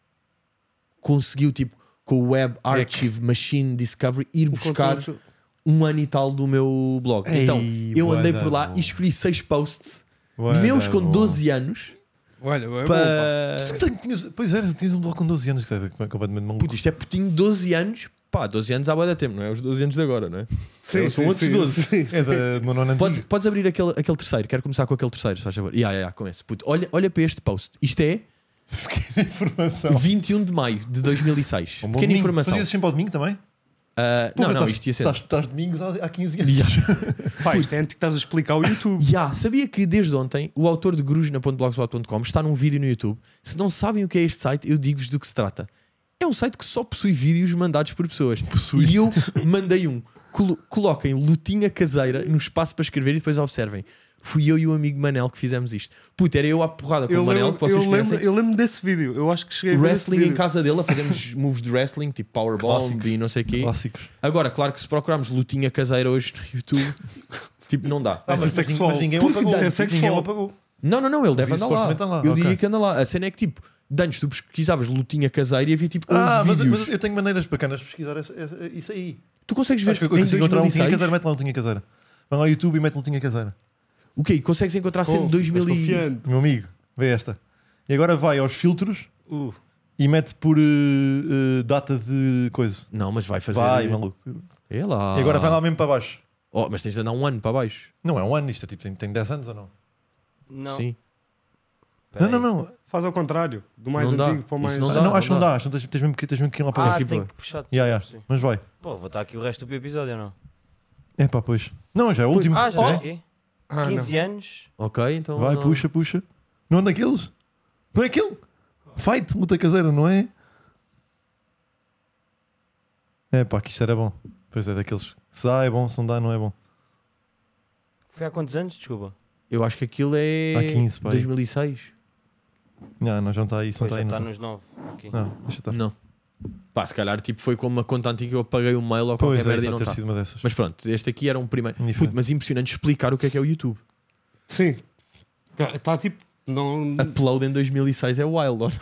conseguiu, tipo, com o Web Archive Machine Discovery, ir buscar um ano e tal do meu blog. Ei, Então, eu bué andei da por lá bom. e escolhi 6 posts Bué meus da com bom. 12 anos Olha, é bom, pá. para... Pois é, tinhas um blog com 12 anos que é completamente maluco. Puto, isto é putinho 12 anos. Pá, 12 anos há bué da tempo, não é os 12 anos de agora, não é? Sim, São sim, outros sim, 12. sim, sim. É do nono antigo. Podes abrir aquele terceiro. Quero começar com aquele terceiro, se faz favor. Com esse. Puto, olha para este post. Isto é Informação. 21 de maio de 2006. Um bom Pequena domingo. informação. Fazias sempre ao domingo também? Não, isto ia ser. Estás domingos há 15 anos. Pá, isto é antes que estás a explicar o YouTube. Sabia que desde ontem o autor de grujna.blogspot.com está num vídeo no YouTube. Se não sabem o que é este site, eu digo-vos do que se trata. É um site que só possui vídeos mandados por pessoas. E eu mandei um. Coloquem lutinha caseira no espaço para escrever e depois observem. Fui eu e o amigo Manel que fizemos isto. Puta, era eu à porrada com o Manel, que vocês conhecem. Eu lembro desse vídeo. Eu acho que cheguei a ver esse Wrestling em vídeo. casa dele, a fazermos moves de wrestling, tipo powerbomb Clássicos. e não sei o quê. Clássicos. Agora, claro que se procurarmos lutinha caseira hoje no YouTube, tipo, não dá. Vai ser sexual. Mas ninguém o Porque apagou. isso é Ninguém sexual. o apagou. Não, ele deve andar lá. supostamente anda lá, Eu ok. diria que anda lá. A cena é que, tipo, de antes tu pesquisavas lutinha caseira e havia tipo 11 Mas vídeos. eu tenho maneiras bacanas de pesquisar isso aí. Tu consegues ver Acho que eu em consigo encontrar um lutinha 2006? caseira, mete lá um lutinha caseira. Vai lá ao YouTube e mete um lutinha caseira. O quê? Consegues encontrar sempre 2000 e... Confiante. Meu amigo, vê esta. E agora vai aos filtros e mete por data de coisa. Não, mas vai fazer... Vai, maluco. É lá. E agora vai lá mesmo para baixo. Oh, mas tens de andar um ano para baixo. Não é um ano, isto é tipo, tem 10 anos ou não? Não. Sim. Peraí. Não. Faz ao contrário. Do mais Não dá. antigo para o mais... Isso não Ah, dá. não, acho que não dá. Acho que tens mesmo que ir lá para Ah, baixo. tem que puxar. Sim. Mas vai. Pô, vou estar aqui o resto do episódio, não? É pá, pois. Não, já é o último. Ah, já É? está aqui? Ah, 15 anos. Ok, então... Vai, não. puxa. Não é daqueles? Não é aquele? Fight, luta caseira, não é? É pá, que isto era bom. Pois é, daqueles. Se dá é bom, se não dá não é bom. Foi há quantos anos? Desculpa. Eu acho que aquilo é... Há 15, pai. 2006. Não, já não está aí, isso não Pois, está já aí. está Não, nos 9. Aqui. não, deixa estar. Não. Pá, se calhar tipo, foi como uma conta antiga que eu apaguei o mail ou Pois qualquer é, merda e isso não ter está. sido uma dessas. Mas pronto, este aqui era um primeiro. Indiferente. Puto, mas impressionante explicar o que é o YouTube. Sim. Está tipo... Não... Upload em 2006 é wild, ou não?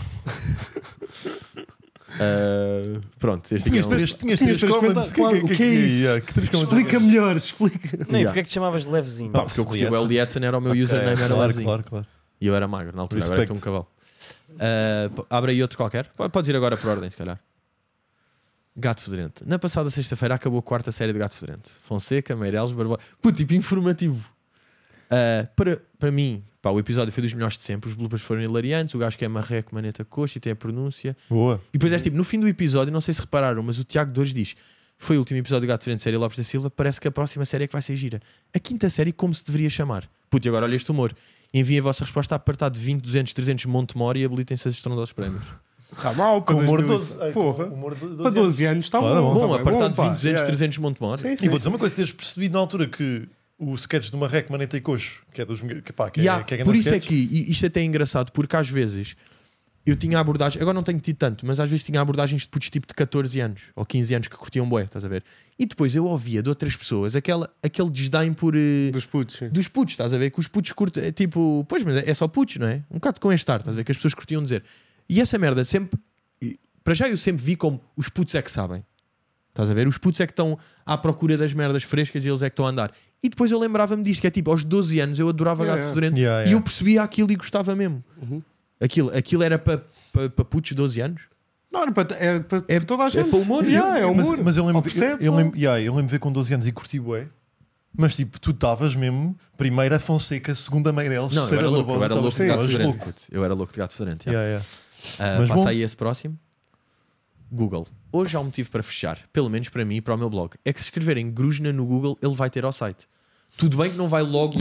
Pronto, este aqui é um... Tinhas três comments. claro, o que é isso? Que três comments? Explica melhor, explica. Não, e Yeah. porque é que te chamavas de levezinho? Pá, porque eu curti o Lietzen. El Lietzen, era o meu Ok. username, era Claro, levezinho. claro. E eu era magro na altura, agora é que estou um cavalo. Abre aí outro qualquer. Podes ir agora por ordem, se calhar. Gato Fedorento. Na passada sexta-feira acabou a 4ª série de Gato Fedorento. Fonseca, Meireles, Barbosa. Puto, tipo informativo. Para mim, pá, o episódio foi dos melhores de sempre. Os bloopers foram hilariantes. O gajo que é marreco, maneta, coxa e tem a pronúncia. Boa. E depois é tipo, no fim do episódio, não sei se repararam, mas o Tiago Dores diz: foi o último episódio do Gato Fedorento, série Lopes da Silva. Parece que a próxima série é que vai ser gira. A 5ª série, como se deveria chamar? Puto, e agora olha este humor. Enviem a vossa resposta a apartado 20, 200, 300 Montemor e habilitem-se a estrondosos prémios. Está mal para Com humor 2000. 12. Porra. Humor de 12 Para 12 anos está Claro, bom. bom. Bom, tá bem, apartado pá. 20, 200, Yeah. 300 Montemor. Sim, sim, E vou dizer sim. uma coisa: teres percebido na altura que o sketch do Marreco, Maneta e Coxo, que é dos que é Yeah, grande por isso sketch. é que e isto até é engraçado, porque às vezes eu tinha abordagem, agora não tenho tido tanto, mas às vezes tinha abordagens de putos tipo de 14 anos ou 15 anos que curtiam bué, estás a ver? E depois eu ouvia de outras pessoas aquele desdém por Dos putos, sim. dos putos, estás a ver? Que os putos curtem, é tipo, pois, mas é só putos, não é? Um bocado com este ar, estás a ver? Que as pessoas curtiam dizer. E essa merda sempre, para já eu sempre vi como os putos é que sabem, estás a ver? Os putos é que estão à procura das merdas frescas e eles é que estão a andar. E depois eu lembrava-me disto, que é tipo, aos 12 anos eu adorava Gato Fedorento e eu percebia aquilo e gostava mesmo. Aquilo era para putos de 12 anos? Não, era para toda a gente. É para o humor? É humor. Mas eu lembro eu lembro ver com 12 anos e curti bué. Mas tipo, tu estavas mesmo primeira Fonseca, segunda Meireles, Não, eu era louco, eu era louco de Gato Fedorento. louco. Eu era louco de Gato Fedorento. Mas Passa bom. aí esse próximo. Google. Hoje há um motivo para fechar, pelo menos para mim e para o meu blog. É que se escreverem Grujna no Google, ele vai ter ao site. Tudo bem que não vai logo.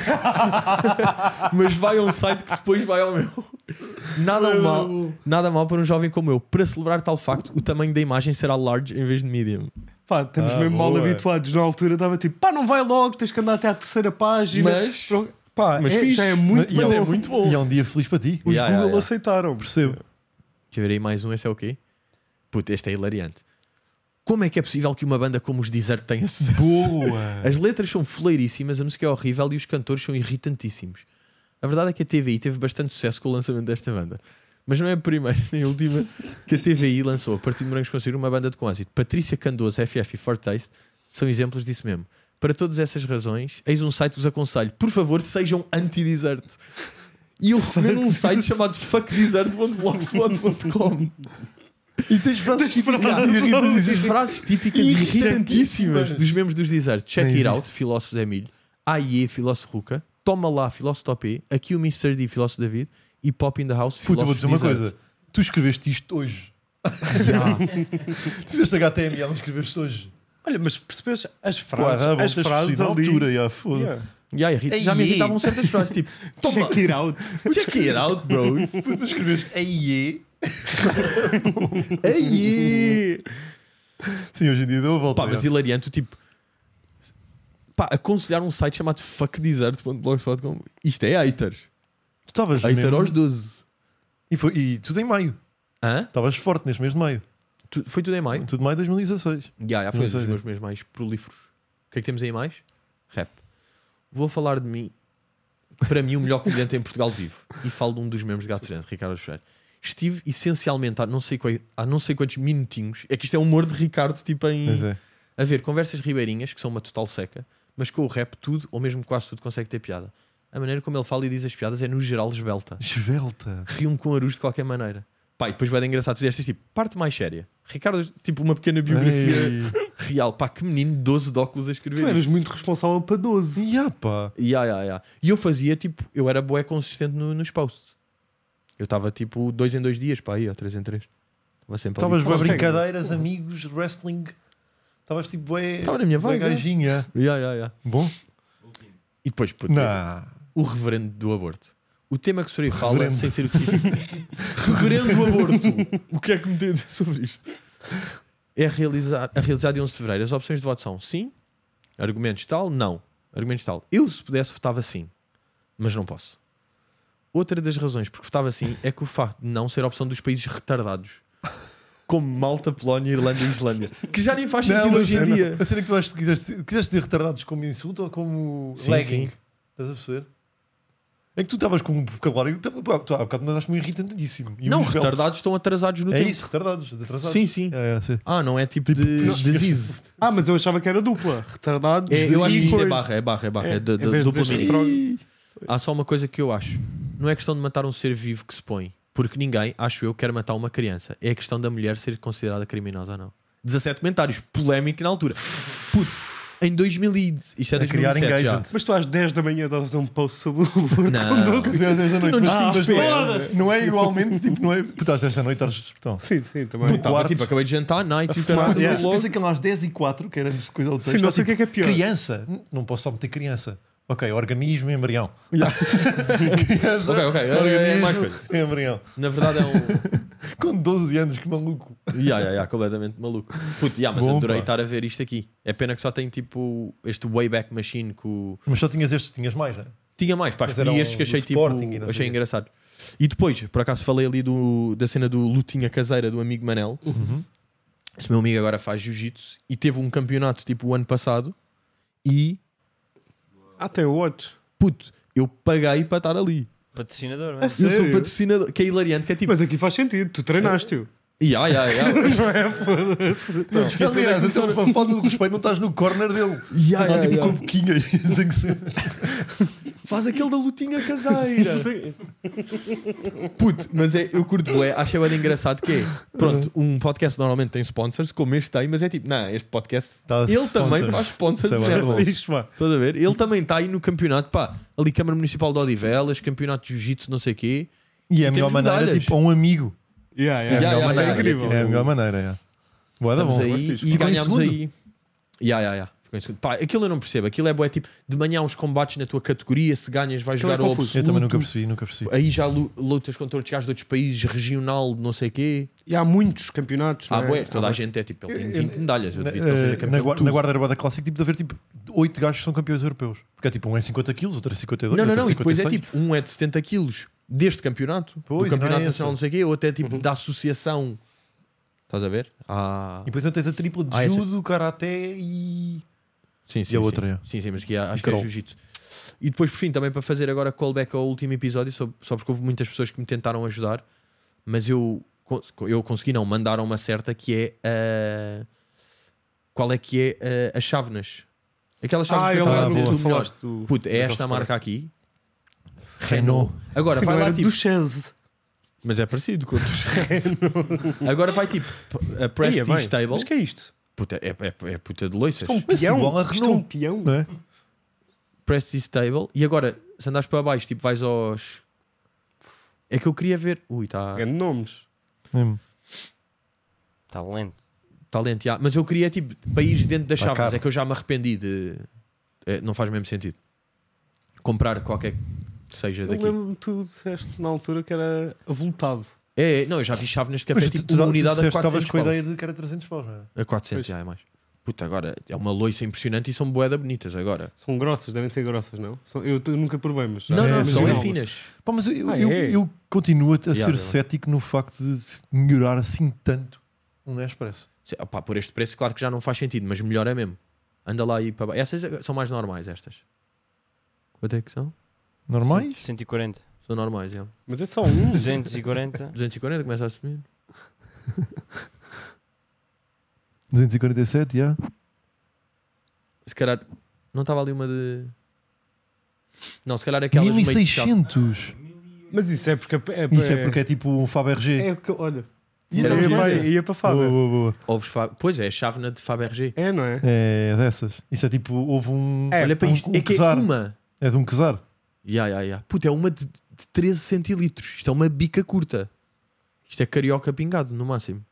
Mas vai a um site que depois vai ao meu. Nada mal para um jovem como eu. Para celebrar tal facto, o tamanho da imagem será large em vez de medium. Pá, estamos mesmo mal boa. habituados. Na altura estava tipo, pá, não vai logo, tens que andar até à terceira página. Mas Pá, fixe. já é muito Mas bom. é muito bom. E é um dia feliz para ti. Os Yeah, Google yeah. aceitaram. Percebo. Deixa eu ver aí mais um, esse é o quê? Puta, este é hilariante. Como é que é possível que uma banda como os Desert tenha sucesso? Boa! As letras são foleiríssimas, a música é horrível e os cantores são irritantíssimos. A verdade é que a TVI teve bastante sucesso com o lançamento desta banda. Mas não é a primeira nem a última que a TVI lançou. A partir de Morangos com Açúcar, uma banda de com êxito. Patrícia Candoso, FF e Fortaste são exemplos disso mesmo. Para todas essas razões, eis um site que vos aconselho. Por favor, sejam anti-desert. E eu recomendo um site chamado fuckdesert.blogspot.com. E tens frases típicas e irritantíssimas dos membros dos Desert. Check Nem It existe. Out, Filósofo Emílio. AIE, Filósofo Ruca. Toma Lá, Filósofo Topé. Aqui o Mr. D, Filósofo David. E Pop in the House, Puta, vou Filósofo dizer uma Desert. coisa. Tu escreveste isto hoje. Tu fizeste HTML e ela escreveste hoje. Olha, mas percebes as Pá, frases, dá bom, as tens frases preciso ali. de altura, já, foda. Yeah. Já me irritavam certas frases, tipo toma, Check it out. check it out, bros. Tu escreveste AIE. AIE. Sim, hoje em dia deu a volta. Pá, mas hilariante, tipo, pá, aconselhar um site chamado fuckdesert.blogspot.com. Isto é haters. Tu estavas Hater mesmo... aos 12. E tudo em maio. Hã? Estavas forte neste mês de maio. Foi tudo em maio? Tudo de maio de 2016. Já, foi Não um dos sei. meus meses mais prolíferos. O que é que temos aí mais? Rap. Vou falar de mim. Para mim, o melhor comediante em Portugal vivo. E falo de um dos membros de Gato Fedorento, Ricardo Ferreira. Estive essencialmente há não sei quantos minutinhos. É que isto é humor de Ricardo, tipo em. Pois é. A ver conversas ribeirinhas, que são uma total seca, mas com o rap tudo, ou mesmo quase tudo, consegue ter piada. A maneira como ele fala e diz as piadas é no geral esbelta. Esbelta. Rio-me com arus de qualquer maneira. Pá, e depois vai dar engraçado dizer estas tipo, parte mais séria. Ricardo, tipo, uma pequena biografia real. Pá, que menino, 12 de óculos a escrever. Tu eras isto. muito responsável para 12. Pá. Ya. E eu fazia tipo, eu era bué consistente nos posts. Eu estava tipo 2 em 2 dias, pá, aí, ó, 3 em 3. Estava sempre ali. Estavas Ok. brincadeiras, amigos, wrestling. Estavas tipo bué. Estava na minha bué vibe. gajinha. Ya. Bom? E depois, puto, Não. o reverendo do aborto. O tema que se fala Reverendo. sem ser o título. Reverendo do aborto. O que é que me tem a dizer sobre isto? É a realizar de 11 de Fevereiro. As opções de voto são sim, argumentos tal, não. Argumentos tal. Eu, se pudesse, votava sim. Mas não posso. Outra das razões porque votava sim é que o facto de não ser a opção dos países retardados. Como Malta, Polónia, Irlanda e Islândia. Que já nem faz sentido hoje em dia. A cena que tu quiseste ter retardados como insulto ou como Sim, lagging? sim. Estás a perceber? É que tu estavas com um vocabulário. Tu há bocado me andaste-me irritantíssimo. E Não, os belts. retardados estão atrasados no É tempo. isso, retardados. Atrasados. Sim, sim. Sim. Ah, não é tipo de disease. Ah, mas eu achava que era dupla. Retardados. Eu acho que isto é coisa. barra. É Em vez de dupla dizer mínima. retrógrado. Há só uma coisa que eu acho. Não é questão de matar um ser vivo que se põe. Porque ninguém, acho eu, quer matar uma criança. É a questão da mulher ser considerada criminosa ou não. 17 comentários. Polémico na altura. Puto, em 2000 isto é A criar 2007 já. engagement. Mas tu às 10 da manhã estás a fazer um post sobre o aborto. Não. Não é igualmente, tipo, não é. Puta, às 10 da noite estás. Então. Sim, também. Puto, estava, tipo, acabei de jantar, night e o caralho. Yeah. logo. Pensa que lá às 10h04, que era antes de coisa do texto. Sim, não sei tipo, o que é pior. Criança. Não posso só meter criança. Ok, organismo e embrião. Criança, Ok, é organismo mais coisa. e embrião. Na verdade é um. Com 12 anos, que maluco. Completamente maluco. Puto, mas Bom, adorei pá. estar a ver isto aqui. É pena que só tem tipo este Wayback Machine que o. Mas só tinhas estes, tinhas mais, não é? Tinha mais, pá, Mas escolhi eram estes que do achei tipo. Sporting e não sei Achei o quê. engraçado. E depois, por acaso falei ali da cena do lutinha caseira do amigo Manel. Esse meu amigo agora faz jiu-jitsu e teve um campeonato tipo o ano passado e tem outro. puto, eu paguei para estar ali. Patrocinador, não É é? Eu sou sério? patrocinador, que é hilariante, que é tipo. Mas aqui faz sentido, tu treinaste-o. Ya. Não é? Foda-se. Aliás, então, a falta de respeito, não estás no corner dele. Está tipo com a boquinha e dizem que sim. Faz aquele da lutinha caseira. Sim. Puto, mas eu curto bué, acho bem engraçado que é. Pronto, um podcast normalmente tem sponsors, como este tem, mas é tipo, não, este podcast. Tá, Ele também sponsors. faz sponsors Isso de é certo. bom. Isto, pá. Estás a ver? Ele também está aí no campeonato, pá, ali Câmara Municipal de Odivelas, campeonato de Jiu-Jitsu, não sei o quê. E é a temos melhor maneira, medalhas. tipo, a um amigo. Yeah, Yeah, isso é yeah, incrível. É a melhor maneira, é. Boa, dá Estamos bom. aí fixe. e Ficou em ganhámos segundo. aí. Ficou em segundo. Pá, aquilo eu não percebo. Aquilo é bué, tipo, de manhã uns combates na tua categoria, se ganhas vais Aquilo é jogar o confuso. absoluto. Eu também nunca percebi. Aí já lutas contra outros gajos de outros países, regional, de não sei o quê. E há muitos campeonatos. não é? Bué, toda a gente é tipo, ele tem 20 medalhas. Eu Na, devido que ele seja campeão de na tudo. Guarda Armada Clássica, tipo, de haver tipo 8 gajos que são campeões europeus. Porque é tipo, um é 50 kg, outro é 52, Não, outro é e depois é 56. tipo, um é de 70 quilos deste campeonato, Pois, do campeonato não é nacional, essa. não sei o quê, outro é tipo da associação. Estás a ver? E depois não tens a tripla de essa. judo, karaté e. Sim, E a outra é? Sim, mas aqui acho que é crawl. jiu-jitsu. E depois, por fim, também para fazer agora callback ao último episódio, só porque houve muitas pessoas que me tentaram ajudar, mas eu consegui, não, mandaram uma certa que é qual é que é as chávenas. Aquelas chávenas que eu eu estava a lembro dizer, que tudo tu melhor. falaste do... Puto, é daquele esta restaurante. marca aqui. Renault. Agora Sim, vai não lá era tipo. do Chese. Mas é parecido com outros. Agora vai tipo a Aí, Prestige bem. Table. Mas que é isto? Puta, é puta de loiças. Isto é um Mas peão. igual a Isto é um Renault. peão. Não é? Prestige Table. E agora, se andares para baixo, tipo vais aos. É que eu queria ver. Ui, está Grande nomes. Mesmo. Está lento. talento. Já. Mas eu queria tipo país dentro das Tá chávenas. caro. É que eu já me arrependi de. Não faz mesmo sentido. Comprar qualquer que seja Eu daqui. lembro-me que tu disseste na altura que era avultado. Não, eu já vi chávenas de café Mas tipo uma unidade a disseste que 400 estavas com a paus. ideia de que era 300 paus, não é? A 400, já é mais. Puta, agora é uma loiça impressionante e são boeda bonitas agora. São grossas, devem ser grossas, não? Eu nunca provei, mas... Não, É, não, são mas- finas. Pá, mas eu, Ah, eu, é? eu continuo a Já, ser já. cético no facto de melhorar assim tanto um Nespresso. Opá, por este preço, claro que já não faz sentido, mas melhor é mesmo. Anda lá aí para baixo. Essas são mais normais, estas. Quanto é que são? Normais? 140. São normais, é. Mas é só um. 240. 240 começa a subir. 247, já. Se calhar não estava ali uma de. Não, se calhar aquelas meio de chave. 1600. Mas isso é porque... Isso é porque é tipo um Fabergé. É que, olha... Era Ia para Fábio. Boa, boa, boa. Ovos Pois é, chávena de Fabergé. É, não é? É dessas. Isso é tipo, houve um. Olha para um, isto, um é que é quesar. uma. É de um quesar. Puta, é uma de 13 centilitros. Isto é uma bica curta. Isto é carioca pingado, no máximo.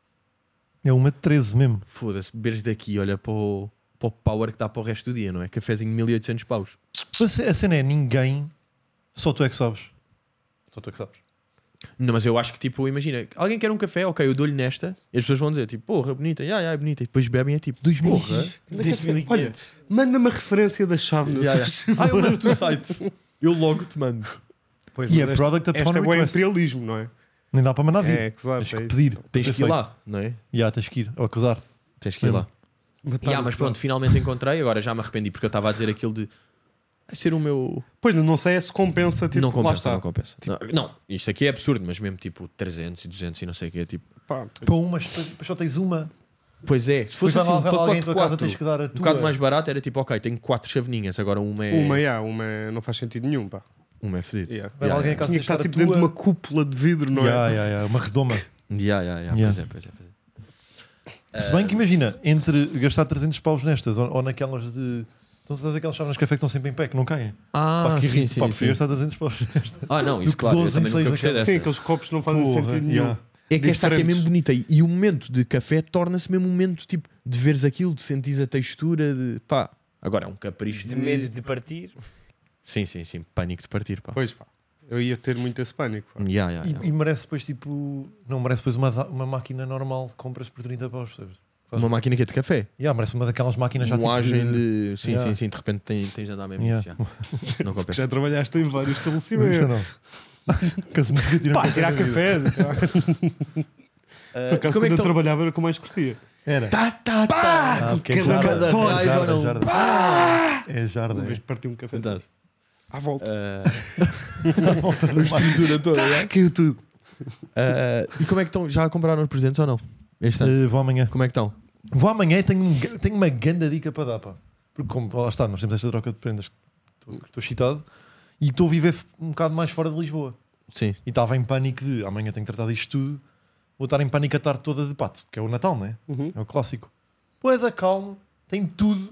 É uma de 13 mesmo. Foda-se, beberes daqui, olha para o power que dá para o resto do dia, não é? Cafézinho 1800 paus. Mas a cena é ninguém. Só tu é que sabes. Só tu é que sabes. Não, mas eu acho que, tipo, imagina, alguém quer um café, ok, eu dou-lhe nesta, e as pessoas vão dizer, tipo, porra, bonita, é bonita, e depois bebem, é tipo, 2000. porra. 2500. Olha, manda-me a referência da chave. Ya, ya. Eu mando-te o site, eu logo te mando. Pois, E mas é product upon esta é o request. imperialismo, não é? Nem dá para mandar vir. É, claro. Tens que pedir. Tens Ser que ir feito. lá, não é? Já, tens que ir. Ou acusar. Tens que ir lá. Mas pronto, finalmente encontrei, agora já me arrependi, porque eu estava a dizer aquilo de vai ser o meu... Pois, não sei se compensa, tipo, não lá compensa, está. não compensa. Não, isto aqui é absurdo, mas mesmo tipo 300 e 200 e não sei o que é tipo... Pá, Para uma, depois só tens uma. Pois é, se fosse Depois assim, vai lá alguém em pacote tua 4, casa, tens que dar a um tua. bocado mais barato, era tipo, ok, tenho 4 chaveninhas, agora uma é... uma não faz sentido nenhum, pá. Uma é fedido. Yeah. Vai lá alguém em casa, Tinha que tens estar que tipo dar a dentro de tua. uma cúpula de vidro, não é? Uma redoma. Pois é. Se bem que imagina, entre gastar 300 paus nestas ou naquelas de. Então se estás aquelas chávenas de café que estão sempre em pé, que não caem. Ah, Pá, que sim, irrita. sim, Pá, sim. prefiro gastar 300 paus nestas. Ah, não, Do isso que claro, eu 12 em também nunca 6 gostei daquelas. dessa. Sim, aqueles copos não fazem Porra, sentido nenhum. yeah. É que esta aqui é diferentes. mesmo bonita e o momento de café torna-se mesmo um momento tipo de veres aquilo, de sentires a textura, de pá. Agora é um capricho De medo de partir. Sim, pânico de partir, pá. Pois, pá. Eu ia ter muito esse pânico. Pá. E merece depois tipo. Não merece depois uma máquina normal que compras por 30 paus, percebes? Uma máquina que é de café. Merece uma daquelas máquinas já tipo. Moagem de. Sim, Yeah. sim, de repente tens de andar mesmo Yeah. nisso, já. Não compensa. Já trabalhaste em vários Isto estabelecimentos. não. Pá, tirar cafés. Por acaso, como é quando que eu trabalhava, era o que eu mais curtia. Era. Porque é cada raiva, não. É jarda. Uma vez parti um café. Tentar. À volta. A estrutura toda. Caiu tudo. E como é que estão? Já compraram os presentes ou não? Este ano? Vou amanhã. Como é que estão? Vou amanhã e tenho uma grande dica para dar, pá. Porque como lá está, nós temos esta troca de prendas. Estou excitado e estou a viver um bocado mais fora de Lisboa. Sim. E estava em pânico de amanhã tenho que tratar disto tudo. Vou estar em pânico a tarde toda de pato, que é o Natal, não é? Uhum. É o clássico. Poeda calmo, tem tudo.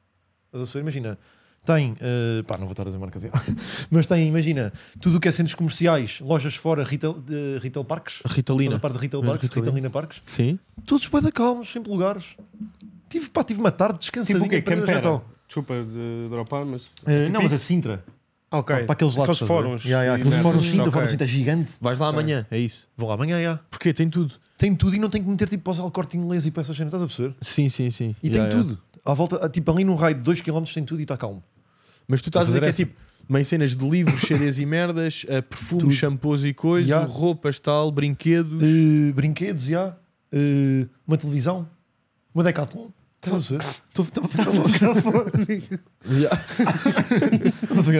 Imagina, tem, pá, não vou estar a dizer marcas, mas tem, imagina, tudo o que é centros comerciais, lojas fora, retail parques, A Ritalina. toda a parte de retail parques, Ritalina parques, Sim. todos poeda calmos, sempre lugares. Tive uma tarde descansadinha. Tipo o quê? para Campera? Natal. Desculpa de dropar, mas... Não, mas a Sintra. Ok. Para aqueles lados. Aqueles fóruns. Aqueles e fóruns merdas. Sintra, o Ok. fórum Sintra é gigante. Vais lá amanhã, é isso. Vou lá amanhã, já. Porquê? Tem tudo. Tem tudo e não tem que meter tipo para o Corte Inglês e para essas cenas, estás a perceber? Sim. E tem tudo. À volta, tipo ali num raio de 2 km tem tudo e está calmo. Mas tu estás a dizer que é essa. tipo meio cenas de livros, CDs e merdas, perfumes, Tudo. shampoos e coisas, Ya. roupas, tal, brinquedos. Brinquedos, já. Uma televisão. Uma Decathlon. Estás a perceber? Estou a ficar louco. Ya. Estou a ficar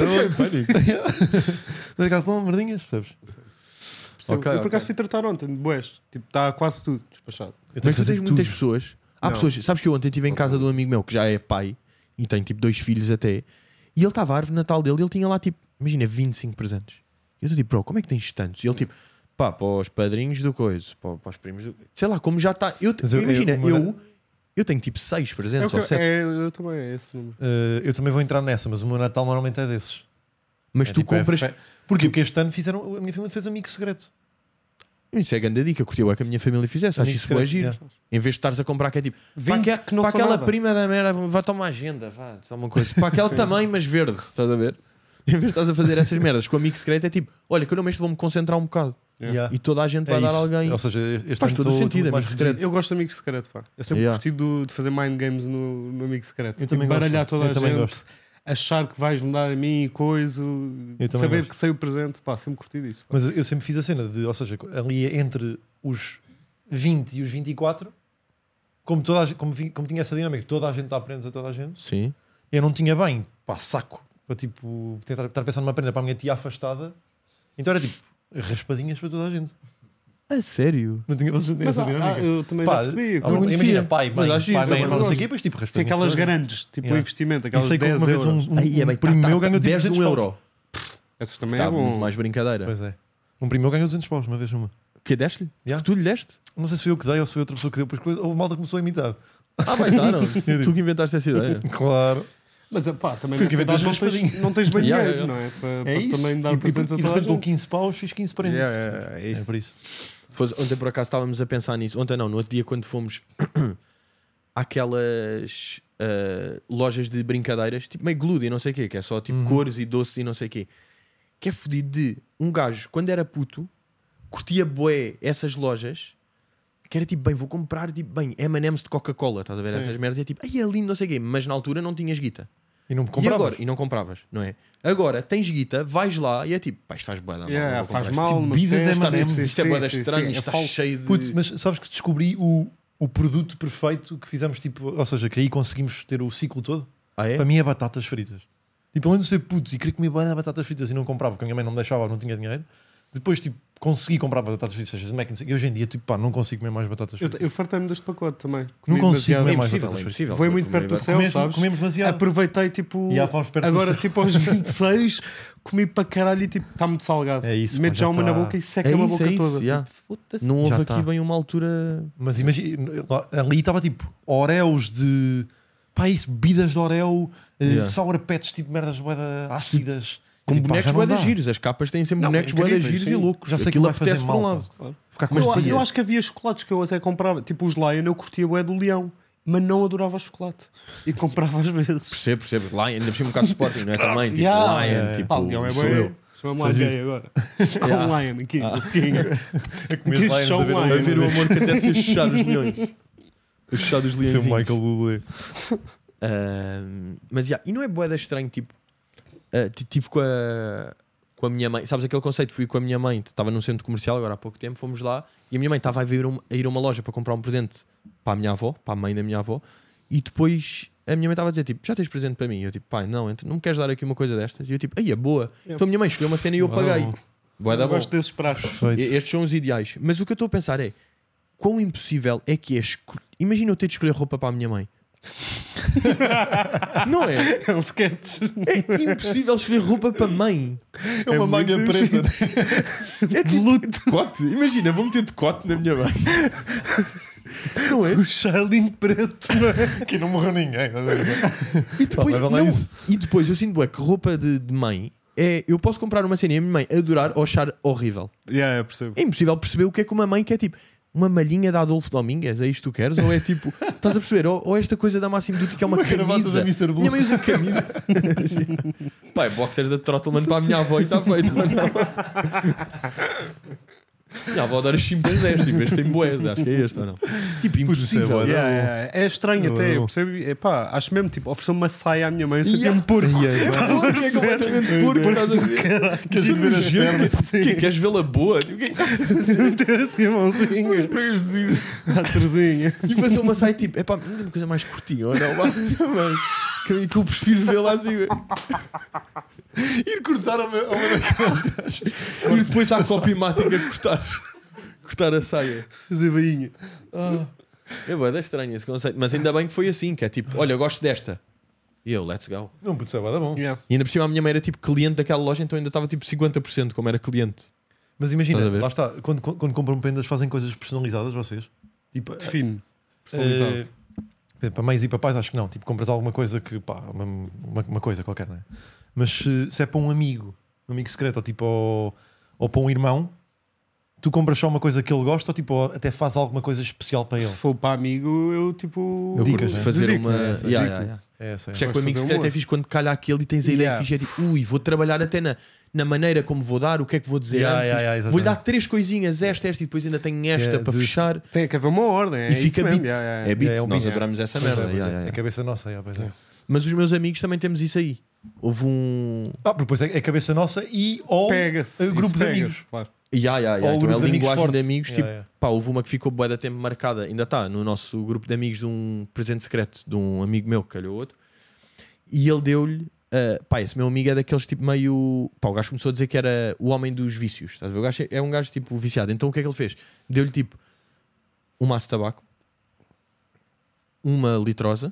louco. Decathlon, merdinhas, percebes? Ok, Eu por acaso ok. fui tratar ontem de boés. Tipo, está quase tudo despachado. Mas tu tens muitas pessoas. Há Não. pessoas. Sabes que eu ontem estive em casa de um amigo meu que já é pai e tem tipo 2 filhos até. E ele estava à árvore de Natal dele e ele tinha lá tipo, imagina, 25 presentes. E eu estou tipo, bro, como é que tens tantos? E ele tipo, pá, para os padrinhos do coisa, para os primos do. Sei lá, como já está. Imagina, eu tenho tipo 6 presentes ou 7. Eu também, é esse número. Eu também vou entrar nessa, mas o meu Natal normalmente é desses. Mas É tu tipo, é compras. Porquê? Porque este ano a minha família fez amigo secreto. Isso é grande dica, curtiu é que a minha família fizesse. Acho Amigo isso é giro. secreto, Em vez de estares a comprar, que é tipo, 20 para, que não para são aquela nada. prima da merda, vai tomar uma agenda, vá, toma uma coisa. Para aquele tamanho, mas verde, estás a ver? Em vez de estás a fazer essas merdas com o amigo secreto, é tipo, olha, que eu não vou-me concentrar um bocado. Yeah. E toda a gente É vai dar isso. alguém. Ou seja, este Faz ano todo o estou sentido, muito mais amigo secreto. Eu gosto de amigo secreto, pá. Eu sempre Yeah. gostei de fazer mind games no amigo secreto. Eu Tipo, também baralhar gosto. toda Eu a também gente, gosto. achar que vais mudar a mim e coisa, também saber gosto. que sei o presente, pá, sempre curti disso. Pá. Mas eu sempre fiz a cena de, ou seja, ali entre os 20 e os 24, como tinha essa dinâmica, toda a gente dá prendas a toda a gente, Sim. eu não tinha bem, pá, saco, para tipo, tentar estar a pensar numa prenda para a minha tia afastada, então era tipo, raspadinhas para toda a gente. A sério? Não tinha essa Mas dinâmica. eu também Pá, já percebi. não conhecia. imagina, pai, Mas mãe, acho giro, pai, mãe, também irmão, não sei o gosto. quê, depois tipo, Tem raspadinhas. aquelas para toda a gente. grandes, tipo Yeah. investimento, E aquelas sei que 10 uma vez euros. Aí é bem, primo meu ganhou tipo 10 200 no paus. euro. Essas também Está é bom. mais brincadeira. Pois é. Um primo meu ganhou 200 paus uma vez uma. O que deste-lhe? Yeah. Tu lhe deste? Não sei se foi eu que dei ou se foi outra pessoa que deu, depois houve malta que começou a imitar. Ah, vai estar, não. Tu que inventaste essa ideia. Claro. Mas pá, também Foi nessa que idade inventas não tens bem Yeah, dinheiro, yeah. não é? Para É isso. também dar E presentes a de toda a repente com gente. 15 paus fiz 15 prendas. É É isso. por isso. Ontem por acaso estávamos a pensar nisso. Ontem não, no outro dia quando fomos àquelas lojas de brincadeiras, tipo meio gludo e não sei o quê, que é só tipo cores e doces e não sei o quê. Que é fodido de um gajo, quando era puto, curtia bué essas lojas, que era tipo, bem, vou comprar tipo, bem, M&M's de Coca-Cola, estás a ver? Sim. Essas merdas, é tipo, ai é lindo, não sei o quê, mas na altura não tinhas guita. E não me E compravas. agora? E não compravas, não é? Agora tens guita, vais lá e é tipo, pá, isto faz bué da mal, não vou Faz comprar mal, Tipo, uma vida de festa, M&M's, sim, isto é sim, bué da sim, estranho, sim, isto está falso. cheio de... Putz, mas sabes que descobri o produto perfeito que fizemos, tipo, ou seja, que aí conseguimos ter o ciclo todo. Ah, é? Para mim é batatas fritas. Tipo, além de ser puto e queria comer bem batatas fritas e não comprava, porque a minha mãe não me deixava, não tinha dinheiro. Depois, tipo, consegui comprar batatas fritas, seja Mac, e hoje em dia, tipo, pá, não consigo comer mais batatas fritas. Eu fartei-me deste pacote também. Não Comi consigo demasiado. comer É mais impossível, batatas é fritas. impossível. Foi muito perto do céu, sabes? Comemos demasiado. Aproveitei, tipo, E fomos perto do agora, céu. tipo, aos 26, comi para caralho e, tipo, está muito salgado. É isso, Meto pá, já já uma na tá. boca e seca-me a boca toda. yeah. Tipo, foda-se. Não houve Já aqui tá. bem uma altura. Mas imagina, ali estava tipo Oreos de. Pá, isso, bebidas de Oreo, Yeah. sour pets, tipo merdas boeda ácidas. Com Tipo, pá, bonecos já não bué dá. giros. As capas têm sempre Não, bonecos bué incríveis, giros sim. e loucos. Já sei que Aquilo vai fazer apetece por um mal, lado. pá. Ficar com Mas esse eu acho que havia chocolates que eu até comprava, tipo os Lion, eu curtia bué do Leão, mas não adorava chocolate. E comprava às vezes. Percebo. Lá ainda por cima um bocado de Sporting, não é? Também, tipo, Yeah. Lion, Yeah. tipo, Pá, Leão é sou bué. eu. Chama-me lá gay agora. Com um Lion aqui. comer Que Lions são a ver Lions. A ver o amor que até se chuchar os leões. A chuchar dos Seu leões. Michael Bublé. Mas, e não é bué da estranho, tipo, tive com com a minha mãe. Sabes aquele conceito? Fui com a minha mãe, estava num centro comercial agora há pouco tempo, fomos lá e a minha mãe estava a ir a uma loja para comprar um presente para a minha avó, para a mãe da minha avó, e depois a minha mãe estava a dizer tipo, já tens presente para mim? E eu tipo, pai, não me queres dar aqui uma coisa destas? E eu tipo, aí é boa. Então a minha mãe escolheu uma cena e eu paguei. Eu gosto desses pratos. Estes são os ideais. Mas o que eu estou a pensar é quão impossível é que é imagina eu ter de escolher roupa para a minha mãe. Não é? É um sketch. É impossível escolher roupa para mãe. É uma malha preta. É de luto de cote. Imagina, vou meter de cote na minha mãe. Não é? O Charlie preto, não é? Aqui não morreu ninguém. E depois eu sinto que roupa de mãe é. Eu posso comprar uma cena e a minha mãe adorar ou achar horrível. Eu percebo. É impossível perceber o que é que uma mãe quer, tipo. Uma malhinha da Adolfo Domingues, é isto que tu queres? Ou é tipo, estás a perceber? Ou esta coisa da Massimo Duty que é uma camisa. Minha mãe usa camisa. Pai, boxers da Trottleman para a minha avó e está feito. Minha avó adora chimpanzés, tipo, este tem boés, acho que é este ou não? Tipo, impossível. É estranho até, eu percebo. Epá, acho mesmo, tipo, oferecer uma saia à minha mãe, sentia-me porco. É completamente porco. Queres ver a gente? Queres vê-la boa? O que é que estás a fazer? Meter assim a mãozinha. A trozinha. E fazer uma saia tipo, epá, uma coisa mais curtinha ou não? Que eu prefiro vê-la assim. Ir cortar a uma daquelas. E depois há a copimática cortar a saia. Fazer bainha. É estranho esse conceito. Mas ainda bem que foi assim, que é tipo, olha, eu gosto desta. E eu, let's go. Não pode ser, vai dar bom. E ainda por cima a minha mãe era tipo cliente daquela loja, então ainda estava tipo 50% como era cliente. Mas imagina, lá está, quando compram prendas fazem coisas personalizadas vocês? Tipo, define. Personalizado. Para mães e papais acho que não. Tipo, compras alguma coisa que, pá, uma coisa qualquer, não é? Mas se é para um amigo secreto, ou tipo, ou para um irmão, tu compras só uma coisa que ele gosta, ou tipo, até faz alguma coisa especial para ele? Se for para amigo, eu tipo... Dicas, fazer dedico, uma... Essa. É que o amigo secreto é fixe quando calha aquele e tens a ideia fixe, é tipo, vou trabalhar até na maneira como vou dar, o que é que vou dizer antes. Vou-lhe dar 3 coisinhas, esta e depois ainda tenho esta para fechar. Tem que haver uma ordem. E fica beat. É beat, nós beat. adoramos essa merda. É a cabeça nossa, pois é. Mas os meus amigos também temos isso aí. Houve um... porque depois é a cabeça nossa e ou grupo de amigos. Claro. Então é a linguagem de amigos. Tipo, pá, houve uma que ficou bué da tempo marcada, ainda está no nosso grupo de amigos, de um presente secreto de um amigo meu que calhou outro, e ele deu-lhe. Esse meu amigo é daqueles tipo meio. O gajo começou a dizer que era o homem dos vícios. Estás a ver? O gajo é um gajo tipo viciado. Então o que é que ele fez? Deu-lhe tipo um maço de tabaco, uma litrosa,